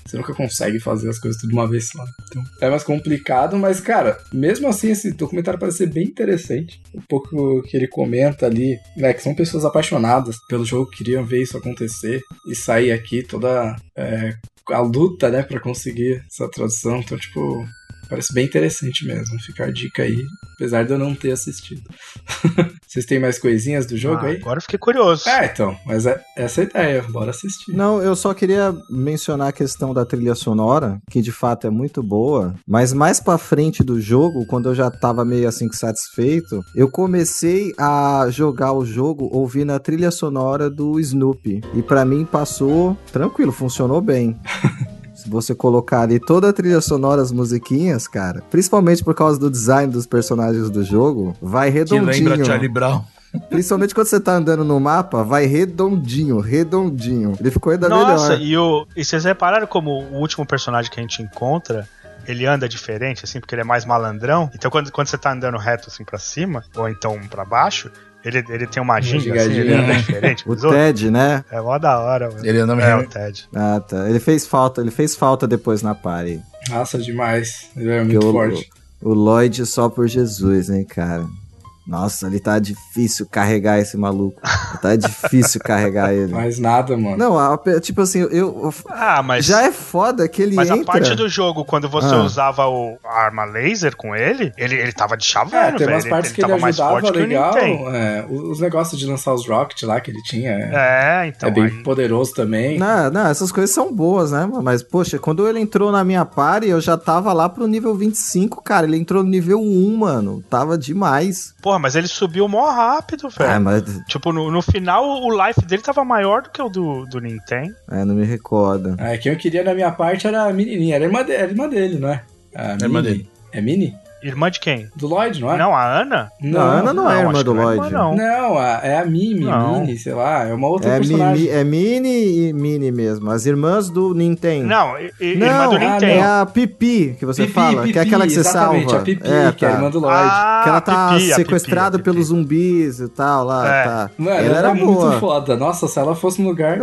A: Você nunca consegue fazer as coisas tudo de uma vez só. Então, é mais complicado, mas, cara, mesmo assim, esse documentário parece ser bem interessante. Um pouco que ele comenta ali, né, que são pessoas apaixonadas pelo jogo, queriam ver isso acontecer e sair aqui toda é, a luta, né, pra conseguir essa tradução. Então, tipo, parece bem interessante mesmo. Fica a dica aí, apesar de eu não ter assistido. Vocês têm mais coisinhas do jogo
B: ah,
A: aí?
B: Agora eu fiquei curioso.
A: É, então, mas é essa a ideia, bora assistir.
D: Não, eu só queria mencionar a questão da trilha sonora, que de fato é muito boa, mas mais pra frente do jogo, quando eu já tava meio assim satisfeito, eu comecei a jogar o jogo ouvindo a trilha sonora do Snoopy, e pra mim passou tranquilo, funcionou bem. Se você colocar ali toda a trilha sonora, as musiquinhas, cara, principalmente por causa do design dos personagens do jogo, vai redondinho.
C: Que lembra Charlie Brown.
D: Principalmente quando você tá andando no mapa, vai redondinho, redondinho. Ele ficou ainda melhor.
B: Nossa, e, o, e vocês repararam como o último personagem que a gente encontra, ele anda diferente, assim, porque ele é mais malandrão. Então quando, quando você tá andando reto, assim, pra cima, ou então pra baixo, ele, ele tem uma ginga, assim, ele anda diferente.
D: O Ted, né?
B: É mó da hora, mano.
C: Ele anda
B: É,
C: mesmo.
B: o Ted.
D: Ah, tá. Ele fez falta, ele fez falta depois na party.
A: Nossa, demais. Ele é muito
D: o,
A: forte.
D: O, o Lloyd só por Jesus, hein, cara. Nossa, ele tá difícil carregar esse maluco. Tá difícil carregar ele.
A: Mais nada, mano.
D: Não, a, tipo assim, eu, eu...
B: Ah, mas...
D: Já é foda que ele
B: mas
D: entra...
B: Mas a parte do jogo, quando você
D: ah.
B: usava o, a arma laser com ele, ele, ele tava de chavão,
A: é, tem
B: velho.
A: umas partes
B: ele,
A: que
B: ele
A: ele
B: tava
A: ajudava
B: mais forte
A: legal.
B: Que o
A: é, os negócios de lançar os Rocket lá que ele tinha.
B: É, é então.
A: É bem
B: aí...
A: poderoso também.
D: Não, não, essas coisas são boas, né? Mas, poxa, quando ele entrou na minha party, eu já tava lá pro nível vinte e cinco, cara. Ele entrou no nível um, mano. Tava demais.
B: Porra, mas ele subiu mó rápido, velho.
D: Ah, mas...
B: Tipo, no, no final, o life dele tava maior do que o do, do Nintendo.
D: É, não me recordo.
A: É, quem eu queria na minha parte era a menininha. Era a irmã, de, era a irmã dele, não é? A
C: a irmã dele.
A: É Mini?
B: Irmã de quem?
A: Do Lloyd, não é?
B: Não, a Ana?
D: Não, a Ana não, não é irmã do Lloyd.
B: Não, é irmã, não.
A: não a, é a Mimi,
B: não.
A: Mini, sei lá. É uma outra
D: é
A: personagem.
D: Mimi, é Mini e Mini mesmo. As irmãs do Nintendo.
B: Não, e, e,
D: não
B: irmã do Nintendo.
D: É a Pipi que você
A: Pipi,
D: fala.
A: Pipi,
D: que é aquela que você
A: exatamente,
D: salva.
A: a Pipi,
D: é,
A: que é a
D: tá.
A: irmã do Lloyd.
B: Ah,
D: que ela tá
B: Pipi,
D: sequestrada
B: Pipi, Pipi.
D: pelos zumbis e tal lá.
B: É.
D: Tá.
A: Mano,
D: ela
A: ela
D: era
A: é
D: boa.
A: muito foda. Nossa, se ela fosse no lugar...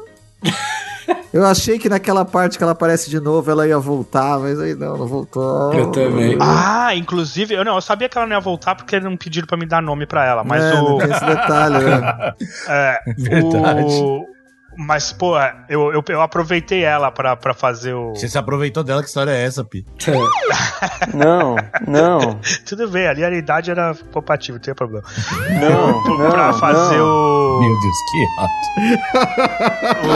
D: Eu achei que naquela parte que ela aparece de novo, ela ia voltar, mas aí não, não voltou.
A: Eu também.
B: Ah, inclusive, eu não, eu sabia que ela não ia voltar porque não pediram pra me dar nome pra ela, mas
D: é,
B: o...
D: não tem esse detalhe, né?
B: É,
C: Verdade.
B: O... Mas, pô, eu, eu, eu aproveitei ela pra, pra fazer o...
C: Você se aproveitou dela, que história é essa, Pi?
E: Não, não.
B: Tudo bem, ali a idade era compatível, não tinha problema.
E: Não,
B: P-
E: não,
B: pra fazer
E: não.
B: o...
C: Meu Deus, que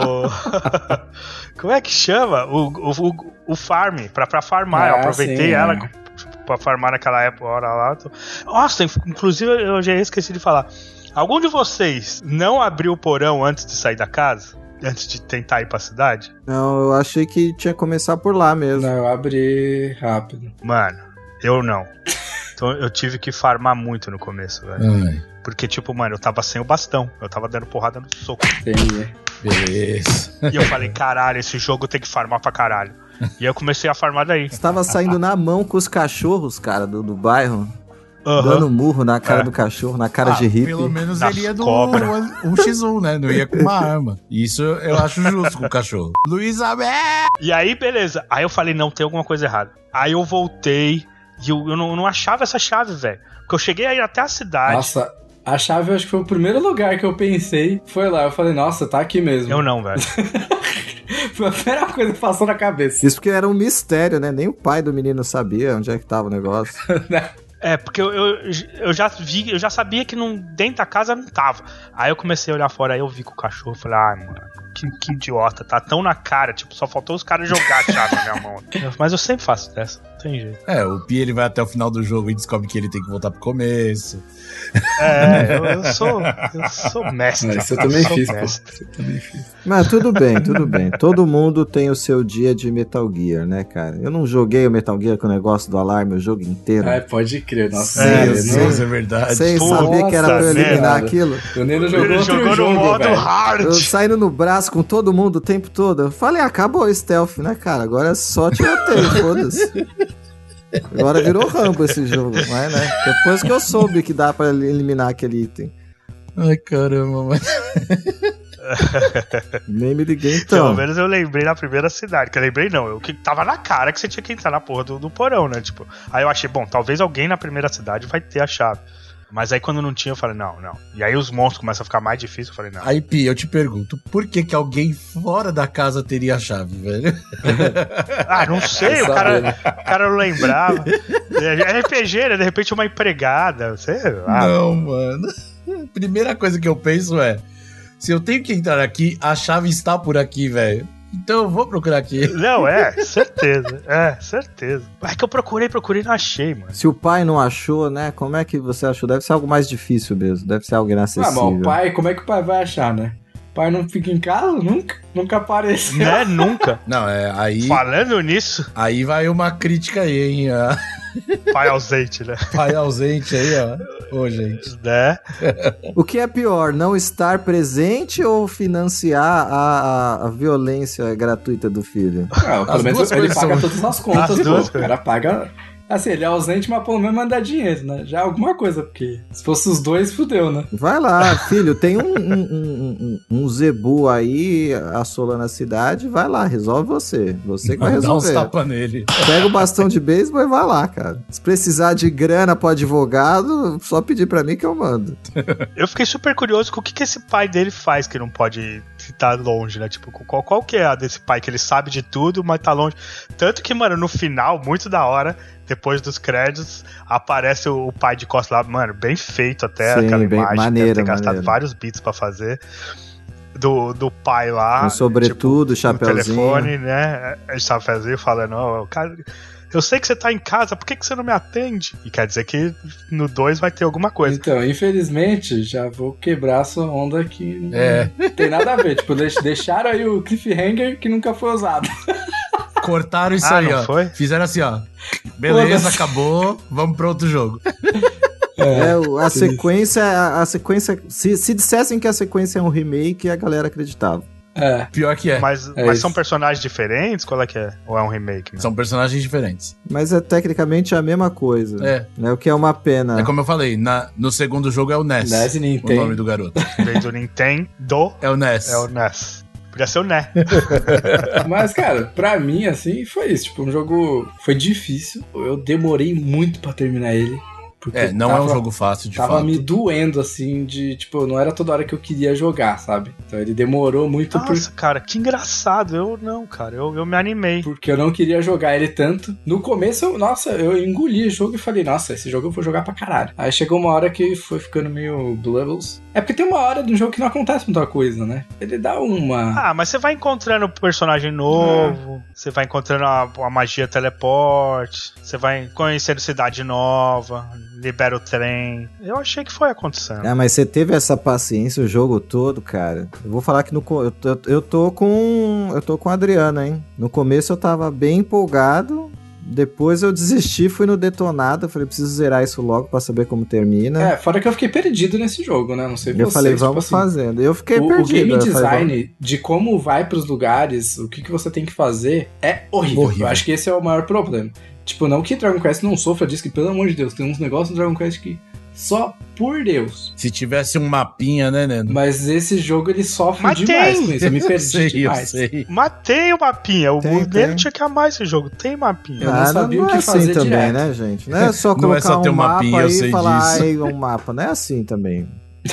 C: rato.
B: o... Como é que chama? O, o, o farm, pra, pra farmar.
A: Ah,
B: eu aproveitei
A: sim,
B: ela
A: é.
B: pra farmar naquela época, hora lá. Tô... Nossa, inclusive eu já esqueci de falar. Algum de vocês não abriu o porão antes de sair da casa? Antes de tentar ir pra cidade?
D: Não, eu achei que tinha que começar por lá mesmo.
A: Não, eu abri rápido.
B: Mano, eu não. Então eu tive que farmar muito no começo, velho.
C: Ai,
B: Porque, tipo, mano, eu tava sem o bastão. Eu tava dando porrada no soco.
A: Entendi.
C: beleza.
B: E eu falei, caralho, esse jogo tem que farmar pra caralho. E aí eu comecei a farmar daí.
D: Você tava saindo na mão com os cachorros, cara, do, do bairro.
B: Uhum.
D: Dando murro na cara
B: É.
D: do cachorro, na cara
C: Ah,
D: de hippie.
C: pelo menos
B: Na
C: ele ia do
B: cobra.
C: um xis um, né? Não ia com uma arma. Isso eu acho justo com o cachorro. Luiz Abel!
B: E aí, beleza. Aí eu falei, não, tem alguma coisa errada. Aí eu voltei e eu, eu, não, eu não achava essa chave, velho. Porque eu cheguei aí até a cidade.
A: Nossa, a chave eu acho que foi o primeiro lugar que eu pensei. Foi lá, eu falei, nossa, tá aqui mesmo.
B: Eu não, velho.
A: Foi a primeira coisa que passou na cabeça.
D: Isso porque era um mistério, né? Nem o pai do menino sabia onde é que tava o negócio.
B: É, porque eu, eu, eu já vi, eu já sabia que não, dentro da casa não tava. Aí eu comecei a olhar fora, aí eu vi com o cachorro e falei, ai, mano, que, que idiota, tá tão na cara, tipo, só faltou os caras jogar a chave na minha mão. Mas eu sempre faço dessa, não tem jeito.
C: É, o Pi ele vai até o final do jogo e descobre que ele tem que voltar pro começo.
B: É, eu, eu sou eu sou mestre.
A: Isso eu também
B: sou
A: fiz, pô.
B: mestre.
A: Isso eu também fiz.
D: Mas tudo bem, tudo bem. Todo mundo tem o seu dia de Metal Gear, né, cara? Eu não joguei o Metal Gear com o negócio do alarme o jogo inteiro.
A: Ai, pode crer, nossa.
D: Sim,
A: eu
C: Meu
D: sim.
C: Deus, é verdade.
D: Sem
B: Nossa,
D: saber que era pra eu eliminar
A: velho.
D: aquilo.
A: O Neno jogou
B: Ele
A: outro
B: jogou
A: jogo,
B: no modo
A: velho.
B: hard.
D: Eu saindo no braço com todo mundo o tempo todo. Eu falei, ah, acabou o stealth, né, cara? Agora é só tiroteio, foda-se. Agora virou Rambo esse jogo, mas, né? Depois que eu soube que dá pra eliminar aquele item.
C: Ai, caramba, mas...
D: Nem me liguei então.
B: Pelo menos eu lembrei na primeira cidade. Que eu lembrei não, eu que tava na cara que você tinha que entrar na porra do, do porão, né? Tipo, aí eu achei, bom, talvez alguém na primeira cidade vai ter a chave. Mas aí quando não tinha, eu falei, não, não. E aí os monstros começam a ficar mais difíceis, eu falei, não.
C: Aí, Pi, eu te pergunto, por que que alguém fora da casa teria a chave, velho?
B: Ah, não sei, o cara, o cara não lembrava. R P G, né? De repente uma empregada, sei lá.
C: Não, mano. A primeira coisa que eu penso é, se eu tenho que entrar aqui, a chave está por aqui, velho. Então eu vou procurar aqui.
B: Não, é, certeza. É, certeza. É que eu procurei, procurei e não achei, mano.
D: Se o pai não achou, né? Como é que você achou? Deve ser algo mais difícil mesmo. Deve ser algo inacessível.
A: Ah, mas o pai, como é que o pai vai achar, né? O pai não fica em casa? Nunca? Nunca apareceu.
B: Né? Nunca.
C: Não, é, aí...
B: Falando nisso...
C: Aí vai uma crítica aí, hein?
B: Pai ausente, né?
C: Pai ausente aí, ó. Ô, gente.
B: Né?
D: O que é pior, não estar presente ou financiar a, a, a violência gratuita do filho?
A: Ah, pelo
C: As
A: menos
C: duas
A: ele
C: coisas
A: paga
C: são-
A: todas as contas,
B: As
A: pô.
B: duas
A: O cara paga... Assim, ele é ausente, mas pelo menos manda dinheiro, né? Já é alguma coisa, porque se fosse os dois, fudeu, né?
D: Vai lá, filho, tem um, um, um, um, um zebu aí assolando a cidade, vai lá, resolve você. Você que vai
C: Dá uns
D: resolver.
C: tapas nele.
D: Pega o bastão de beisebol e vai lá, cara. Se precisar de grana pro advogado, só pedir pra mim que eu mando.
B: Eu fiquei super curioso com o que, que esse pai dele faz que não pode estar longe, né? Tipo, qual, qual que é a desse pai que ele sabe de tudo, mas tá longe. Tanto que, mano, no final, muito da hora, depois dos créditos, aparece o, o pai de costas lá, mano, bem feito até,
D: Sim,
B: aquela
D: bem
B: imagem,
D: maneiro,
B: deve ter gastado
D: maneiro.
B: vários bits pra fazer. Do, do pai lá,
D: Com sobretudo,
B: no
D: chapeuzinho.
B: telefone, né? A chapeuzinho falando, ó, cara, eu sei que você tá em casa, por que, que você não me atende? E quer dizer que no dois vai ter alguma coisa.
A: Então, infelizmente, já vou quebrar a sua onda que não
C: É.
A: tem nada a ver. Tipo, deix- deixaram aí o cliffhanger que nunca foi usado.
C: Cortaram isso
B: Ah,
C: aí,
B: não
C: ó.
B: foi?
C: Fizeram assim, ó. Beleza,
A: Foda-se.
C: acabou. Vamos pro outro jogo.
D: É, o- a sequência, a, a sequência, se, se dissessem que a sequência é um remake, a galera acreditava.
A: É.
C: Pior que é.
B: Mas,
A: É
B: mas
A: isso.
B: são personagens diferentes? Qual é que é? Ou é um remake? Né?
C: São personagens diferentes.
D: Mas é tecnicamente a mesma coisa.
C: É.
D: Né, o que é uma pena.
C: É como eu falei, na, no segundo jogo é o Ness.
A: Ness e
C: O
A: Nintendo.
C: nome do garoto.
B: Em vez do Nintendo,
C: É o Ness.
B: é o N E S. Podia ser o N E.
A: Mas, cara, pra mim, assim, foi isso. Tipo, um jogo foi difícil. Eu demorei muito pra terminar ele. Porque
C: É, não é um
A: tava-
C: jogo fácil, de
A: Tava
C: fato.
A: me doendo, assim, de, tipo, não era toda hora que eu queria jogar, sabe? Então ele demorou muito por-
B: Nossa, cara, que engraçado. Eu não, cara, eu, eu me animei.
A: porque eu não queria jogar ele tanto. No começo, eu, nossa, eu engoli o jogo e falei, nossa, esse jogo eu vou jogar pra caralho. Aí chegou uma hora que foi ficando meio Blevels. É porque tem uma hora do jogo que não acontece muita coisa, né? Ele dá uma...
B: Ah, mas você vai encontrando personagem novo, você vai encontrando a, a magia teleporte, você vai conhecendo cidade nova, libera o trem. Eu achei que foi acontecendo.
D: Ah, mas você teve essa paciência o jogo todo, cara. Eu vou falar que no, co- eu, tô, eu tô com. Eu tô com a Adriana, hein? No começo eu tava bem empolgado. Depois eu desisti, fui no detonado. Eu falei, preciso zerar isso logo pra saber como termina.
A: É, fora que eu fiquei perdido nesse jogo, né? Não sei
D: eu
A: vocês,
D: falei,
A: tipo
D: vamos
A: assim,
D: fazendo. Eu fiquei
A: O, o
D: perdido.
A: game
D: eu falei,
A: design
D: vamos-
A: de como vai pros lugares, o que, que você tem que fazer, é horrível.
C: Horrível.
A: Eu acho que esse é o maior problema. Tipo, não que Dragon Quest não sofra disso, que pelo amor de Deus, tem uns negócios no Dragon Quest que só por Deus.
C: Se tivesse um mapinha, né, Neno?
A: Mas esse jogo ele sofre
B: Mas
A: demais
B: tem!
A: com isso. Eu me
C: Eu
A: perdi
C: sei, eu
A: demais.
C: sei.
B: Matei o mapinha. O
D: Tem,
B: Neno
D: tem.
B: tinha que amar esse jogo. Tem mapinha.
A: Eu não
D: Ah,
A: sabia
D: não
A: o que
D: é assim
A: fazer
D: também,
A: direto.
D: né, gente? Não é só
C: Não é
D: colocar
C: só ter
D: um
C: um
D: mapa
C: mapinha, eu
D: aí
C: sei
D: e falar,
C: disso.
D: ai, é um mapa. Não é assim também.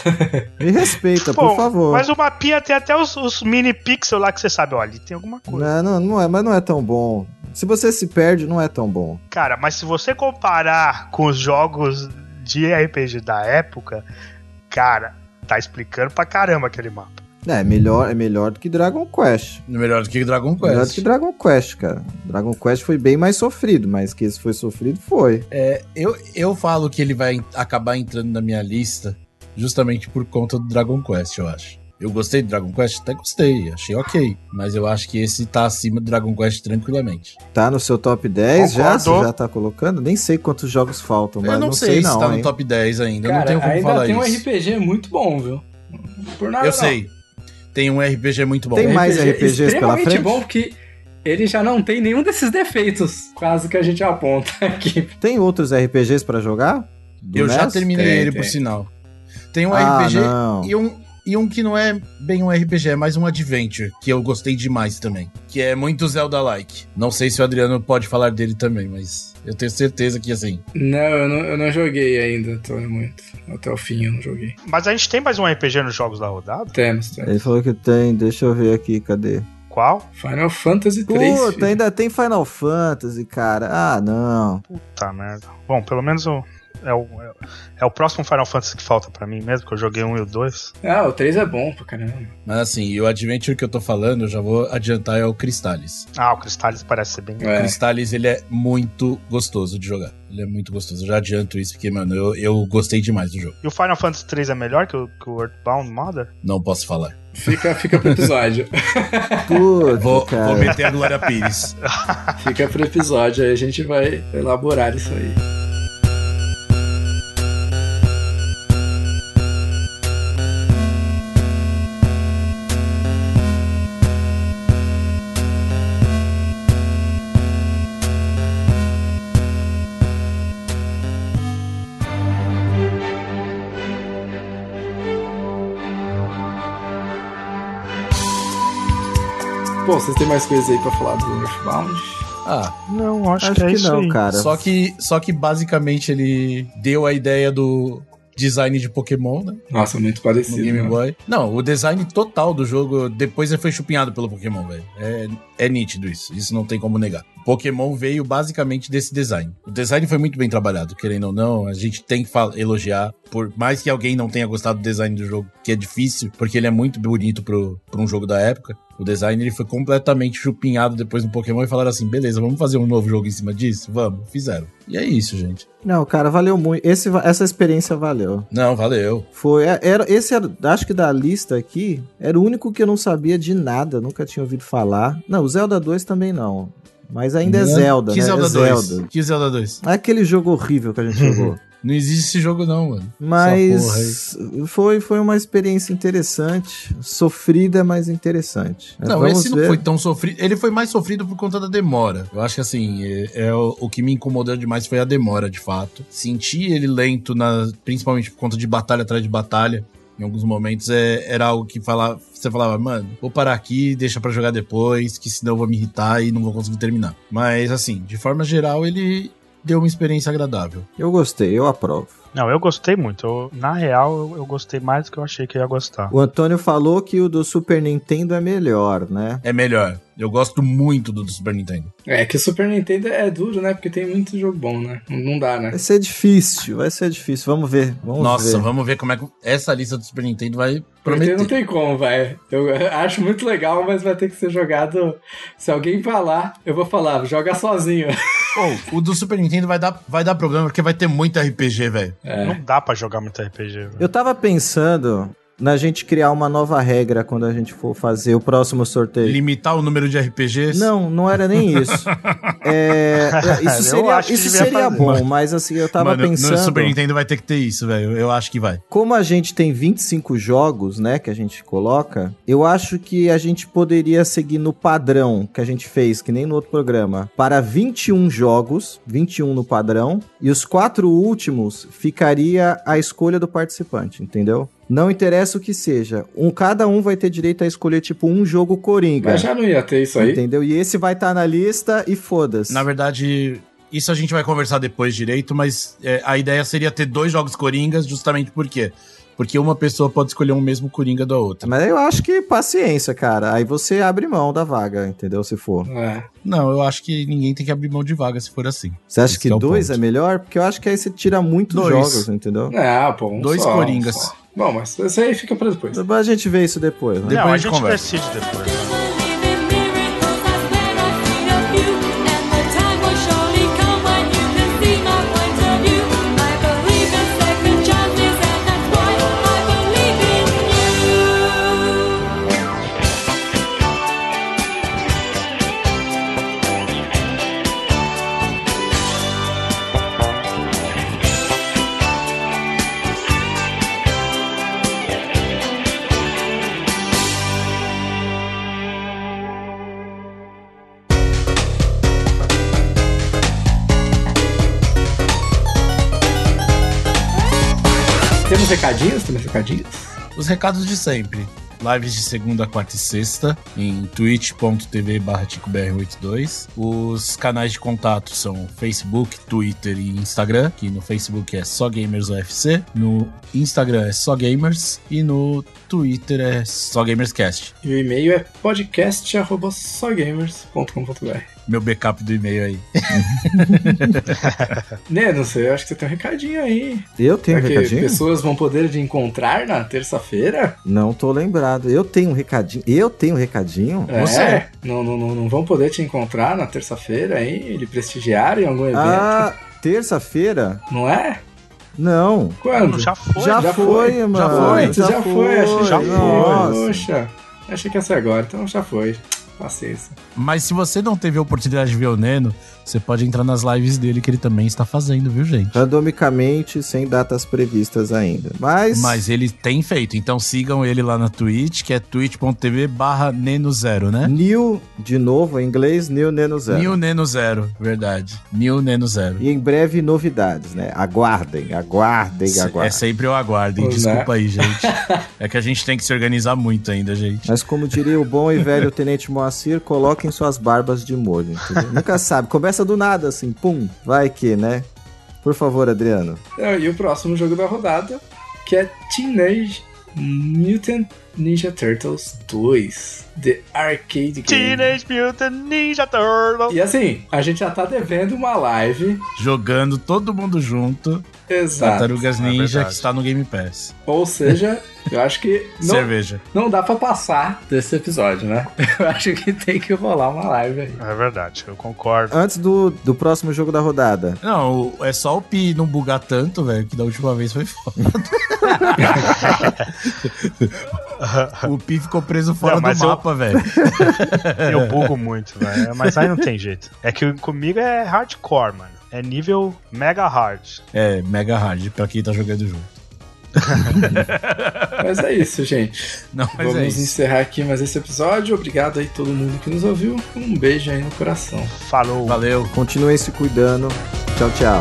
D: Me respeita,
B: Pô,
D: por favor.
B: Mas o mapinha tem até os, os mini pixels lá que você sabe, olha, ali tem alguma coisa.
D: Não, não, não é, mas não é tão bom. Se você se perde, não é tão bom.
B: Cara, mas se você comparar com os jogos de R P G da época, cara, tá explicando pra caramba aquele mapa.
D: É, melhor, é melhor do que Dragon Quest.
C: Melhor do que Dragon Quest.
D: Melhor do que Dragon Quest, cara. Dragon Quest foi bem mais sofrido, mas que esse foi sofrido, foi.
C: É, eu, eu falo que ele vai acabar entrando na minha lista justamente por conta do Dragon Quest, eu acho. Eu gostei do Dragon Quest? Até gostei, achei ok. Mas eu acho que esse tá acima do Dragon Quest tranquilamente.
D: Tá no seu top dez já? Você
B: Concordo.
D: já tá colocando? Nem sei quantos jogos faltam, mas
C: eu não,
D: não
C: sei,
D: sei
C: se
D: não,
C: tá
D: hein?
C: no top dez ainda, eu
A: Cara,
C: não tenho como
A: ainda
C: falar
A: tem um
C: isso.
A: R P G muito bom, viu? Por nada
C: Eu
A: não.
C: sei, tem um R P G muito bom.
D: Tem mais R P Gs pela
A: extremamente
D: frente?
A: bom porque ele já não tem nenhum desses defeitos, quase que a gente aponta aqui.
D: Tem outros R P Gs pra jogar? Do
C: Eu já
D: N E S?
C: terminei
A: Tem,
C: ele,
A: tem.
C: por sinal. Tem um
D: Ah,
C: R P G
D: não.
C: e um, e um que não é bem um R P G, é mais um adventure, que eu gostei demais também. Que é muito Zelda-like. Não sei se o Adriano pode falar dele também, mas eu tenho certeza que assim...
A: Não, eu não, eu não joguei ainda, tô muito. Até o fim eu não joguei.
B: Mas a gente tem mais um R P G nos jogos da rodada?
A: Temos, temos.
D: Ele falou que tem, deixa eu ver aqui, cadê?
B: Qual?
A: Final Fantasy três.
D: Puta,
A: filho.
D: ainda tem Final Fantasy, cara. Ah, não.
B: Puta merda. Bom, pelo menos o, é, o, é, é o próximo Final Fantasy que falta pra mim mesmo, que eu joguei um e o dois.
A: Ah, o três é bom pra caramba.
C: Mas assim, e o adventure que eu tô falando, eu já vou adiantar, é o Crystalis.
B: Ah, o Crystalis parece ser bem...
C: O
A: É.
C: Crystalis, ele é muito gostoso de jogar. Ele é muito gostoso. Eu já adianto isso, porque, mano, eu, eu gostei demais do jogo.
B: E o Final Fantasy três é melhor que o, que o Earthbound Mother?
C: Não posso falar.
A: Fica, fica pro episódio.
D: Puta,
C: Vou,
D: cara.
C: vou meter a Glória Pires.
A: Fica pro episódio, aí a gente vai elaborar isso aí. Bom, vocês têm mais coisas aí pra falar do Earthbound?
C: Ah,
B: Não, acho,
D: Acho
B: que é
D: que
B: isso
D: não,
B: aí.
D: cara.
C: só que, só que basicamente ele deu a ideia do design de Pokémon, né?
A: Nossa, muito
C: No
A: parecido.
C: Game
A: né?
C: Boy. Não, o design total do jogo, depois ele foi chupinhado pelo Pokémon, velho. É, é nítido isso. Isso não tem como negar. Pokémon veio basicamente desse design. O design foi muito bem trabalhado, querendo ou não. A gente tem que fal- elogiar. Por mais que alguém não tenha gostado do design do jogo, que é difícil, porque ele é muito bonito pro, pro um jogo da época. O design ele foi completamente chupinhado depois no Pokémon e falaram assim, beleza, vamos fazer um novo jogo em cima disso? Vamos, fizeram. E é isso, gente.
D: Não, cara, valeu muito. Esse, va- essa experiência valeu.
C: Não, valeu.
D: Foi, é- era, esse era, acho que da lista aqui, era o único que eu não sabia de nada, nunca tinha ouvido falar. Não, o Zelda dois também não. Mas ainda é
C: Não,
D: Zelda,
C: que
D: né?
C: Zelda
D: é
C: dois?
D: Zelda.
C: Que Zelda dois?
D: É aquele jogo horrível que a gente jogou.
C: Não existe esse jogo não, mano. Essa porra
D: Mas foi, foi uma experiência interessante, sofrida, mas interessante. É,
C: Não,
D: vamos
C: esse não
D: ver.
C: foi tão sofrido. Ele foi mais sofrido por conta da demora. Eu acho que assim, é, é o, o que me incomodou demais foi a demora, de fato. Senti ele lento, na, principalmente por conta de batalha atrás de batalha. Em alguns momentos é, era algo que falava, você falava, mano, vou parar aqui, deixa pra jogar depois, que senão eu vou me irritar e não vou conseguir terminar. Mas assim, de forma geral, ele deu uma experiência agradável.
D: Eu gostei, eu aprovo.
B: Não, eu gostei muito. Eu, na real, eu, eu gostei mais do que eu achei que eu ia gostar.
D: O Antônio falou que o do Super Nintendo é melhor, né?
C: É melhor. Eu gosto muito do, do Super Nintendo.
A: É que o Super Nintendo é duro, né? Porque tem muito jogo bom, né? Não, não dá, né?
D: Vai ser difícil, vai ser difícil. Vamos ver, vamos
C: Nossa,
D: ver.
C: vamos ver como é que essa lista do Super Nintendo vai
A: Porque
C: prometer.
A: não tem como, vai. Eu acho muito legal, mas vai ter que ser jogado. Se alguém falar, eu vou falar, joga sozinho.
C: Oh, o do Super Nintendo vai dar, vai dar problema, porque vai ter muito R P G, velho.
A: É.
B: Não dá pra jogar muito R P G, velho.
D: Eu tava pensando na gente criar uma nova regra quando a gente for fazer o próximo sorteio.
C: Limitar o número de R P Gs?
D: Não, não era nem isso. É, isso
B: Eu
D: seria,
B: acho que
D: isso
B: devia
D: seria
B: fazer.
D: bom, mas assim, eu tava
C: Mano,
D: pensando...
C: no Super Nintendo vai ter que ter isso, velho. Eu acho que vai.
D: Como a gente tem vinte e cinco jogos, né, que a gente coloca, eu acho que a gente poderia seguir no padrão que a gente fez, que nem no outro programa, para vinte e um jogos, vinte e um no padrão, e os quatro últimos ficaria a escolha do participante, entendeu? Não interessa o que seja. Um, cada um vai ter direito a escolher, tipo, um jogo Coringa.
A: Mas já não ia ter isso aí.
D: Entendeu? E esse vai estar na lista e foda-se.
C: Na verdade, isso a gente vai conversar depois direito, mas é, a ideia seria ter dois jogos Coringas, justamente por quê? Porque uma pessoa pode escolher um mesmo Coringa da outra.
D: Mas eu acho que paciência, cara. Aí você abre mão da vaga, entendeu? Se for.
A: É.
C: Não, eu acho que ninguém tem que abrir mão de vaga se for assim.
D: Você acha
C: Esse
D: que
C: é o
D: dois
C: ponto.
D: é melhor? Porque eu acho que aí você tira muitos
C: Dois.
D: jogos, entendeu?
A: Ah, pô, um
C: Dois
A: só, um
C: Coringas.
A: só. Bom, mas isso aí fica pra depois.
D: A gente vê isso depois, né?
C: Depois
B: Não,
C: a
B: a
C: gente
B: gente
C: conversa.
B: decide depois. Né?
A: Temos recadinhos? Temos recadinhos?
C: Os recados de sempre. Lives de segunda, quarta e sexta em twitch ponto tv barra tico b r oitenta e dois. Os canais de contato são Facebook, Twitter e Instagram, que no Facebook é só Gamers U F C, no Instagram é só Gamers e no Twitter é só GamersCast.
A: E o e-mail é podcast arroba só gamers ponto com ponto b r.
C: Meu backup do e-mail aí.
A: Né, não sei, eu acho que você tem um recadinho aí.
D: Eu tenho um
A: Será que
D: recadinho?
A: pessoas vão poder te encontrar na terça-feira?
D: Não tô lembrado. Eu tenho um recadinho. Eu tenho um recadinho?
A: É,
C: Você?
A: Não, não, não, não vão poder te encontrar na terça-feira aí? Lhe prestigiar em algum evento?
D: Ah, terça-feira?
A: Não é?
D: Não.
A: Quando?
B: Já foi.
D: Já,
A: já
D: foi,
A: foi.
D: mano.
B: Já foi.
A: Já, já foi, achei que já foi.
D: Nossa.
A: Poxa, achei que ia ser agora, então já foi. Paciência.
C: Mas se você não teve a oportunidade de ver o Neno, você pode entrar nas lives dele que ele também está fazendo, viu, gente?
D: Randomicamente, sem datas previstas ainda. Mas...
C: Mas ele tem feito, então sigam ele lá na Twitch, que é twitch ponto tv barra Neno Zero, né?
D: New, de novo, em inglês, New Neno Zero.
C: New Neno Zero, verdade. New Neno Zero.
D: E em breve, novidades, né? Aguardem, aguardem,
C: É
D: aguardem.
C: sempre eu aguardem,
A: Pois
C: desculpa
A: é.
C: aí, gente. É que a gente tem que se organizar muito ainda, gente.
D: Mas como diria o bom e velho Tenente Moacir, coloquem suas barbas de molho, entendeu? Nunca sabe, começa do nada, assim, pum, vai que, né? Por favor, Adriano.
A: É, E o próximo jogo da rodada, que é Teenage Mutant Ninja Turtles dois, The Arcade Game.
B: Teenage Mutant Ninja Turtles.
A: E assim, a gente já tá devendo uma live.
C: Jogando todo mundo junto,
A: Exato.
C: Tartarugas
B: É
C: Ninja,
B: verdade.
C: que está no Game Pass.
A: Ou seja, eu acho que não,
C: Cerveja.
A: não dá pra passar desse episódio, né? Eu acho que tem que rolar uma live aí.
B: É verdade, eu concordo.
D: Antes do, do próximo jogo da rodada.
C: Não, o- é só o Pi não bugar tanto, velho, que da última vez foi foda. O Pi ficou preso fora
B: Não,
C: do
B: mas eu-
C: mapa, velho.
B: Eu bugo muito, velho. Mas aí não tem jeito. É que comigo é hardcore, mano. É nível mega hard.
C: É, mega hard, pra quem tá jogando junto.
A: Mas é isso, gente.
C: Não, mas
A: Vamos
C: é isso.
A: encerrar aqui mais esse episódio. Obrigado aí todo mundo que nos ouviu. Um beijo aí no coração.
B: Falou.
C: Valeu.
D: Continuem se cuidando. Tchau, tchau.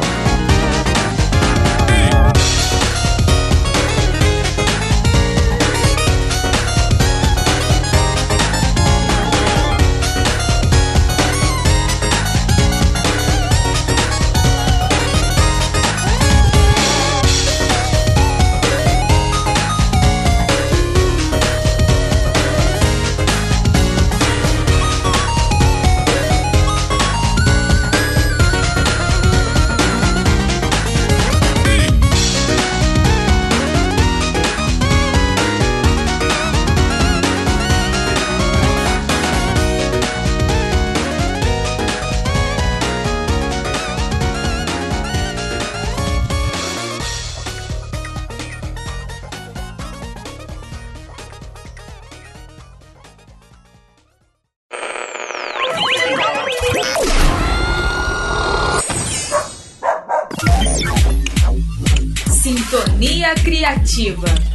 F: Sintonia Criativa.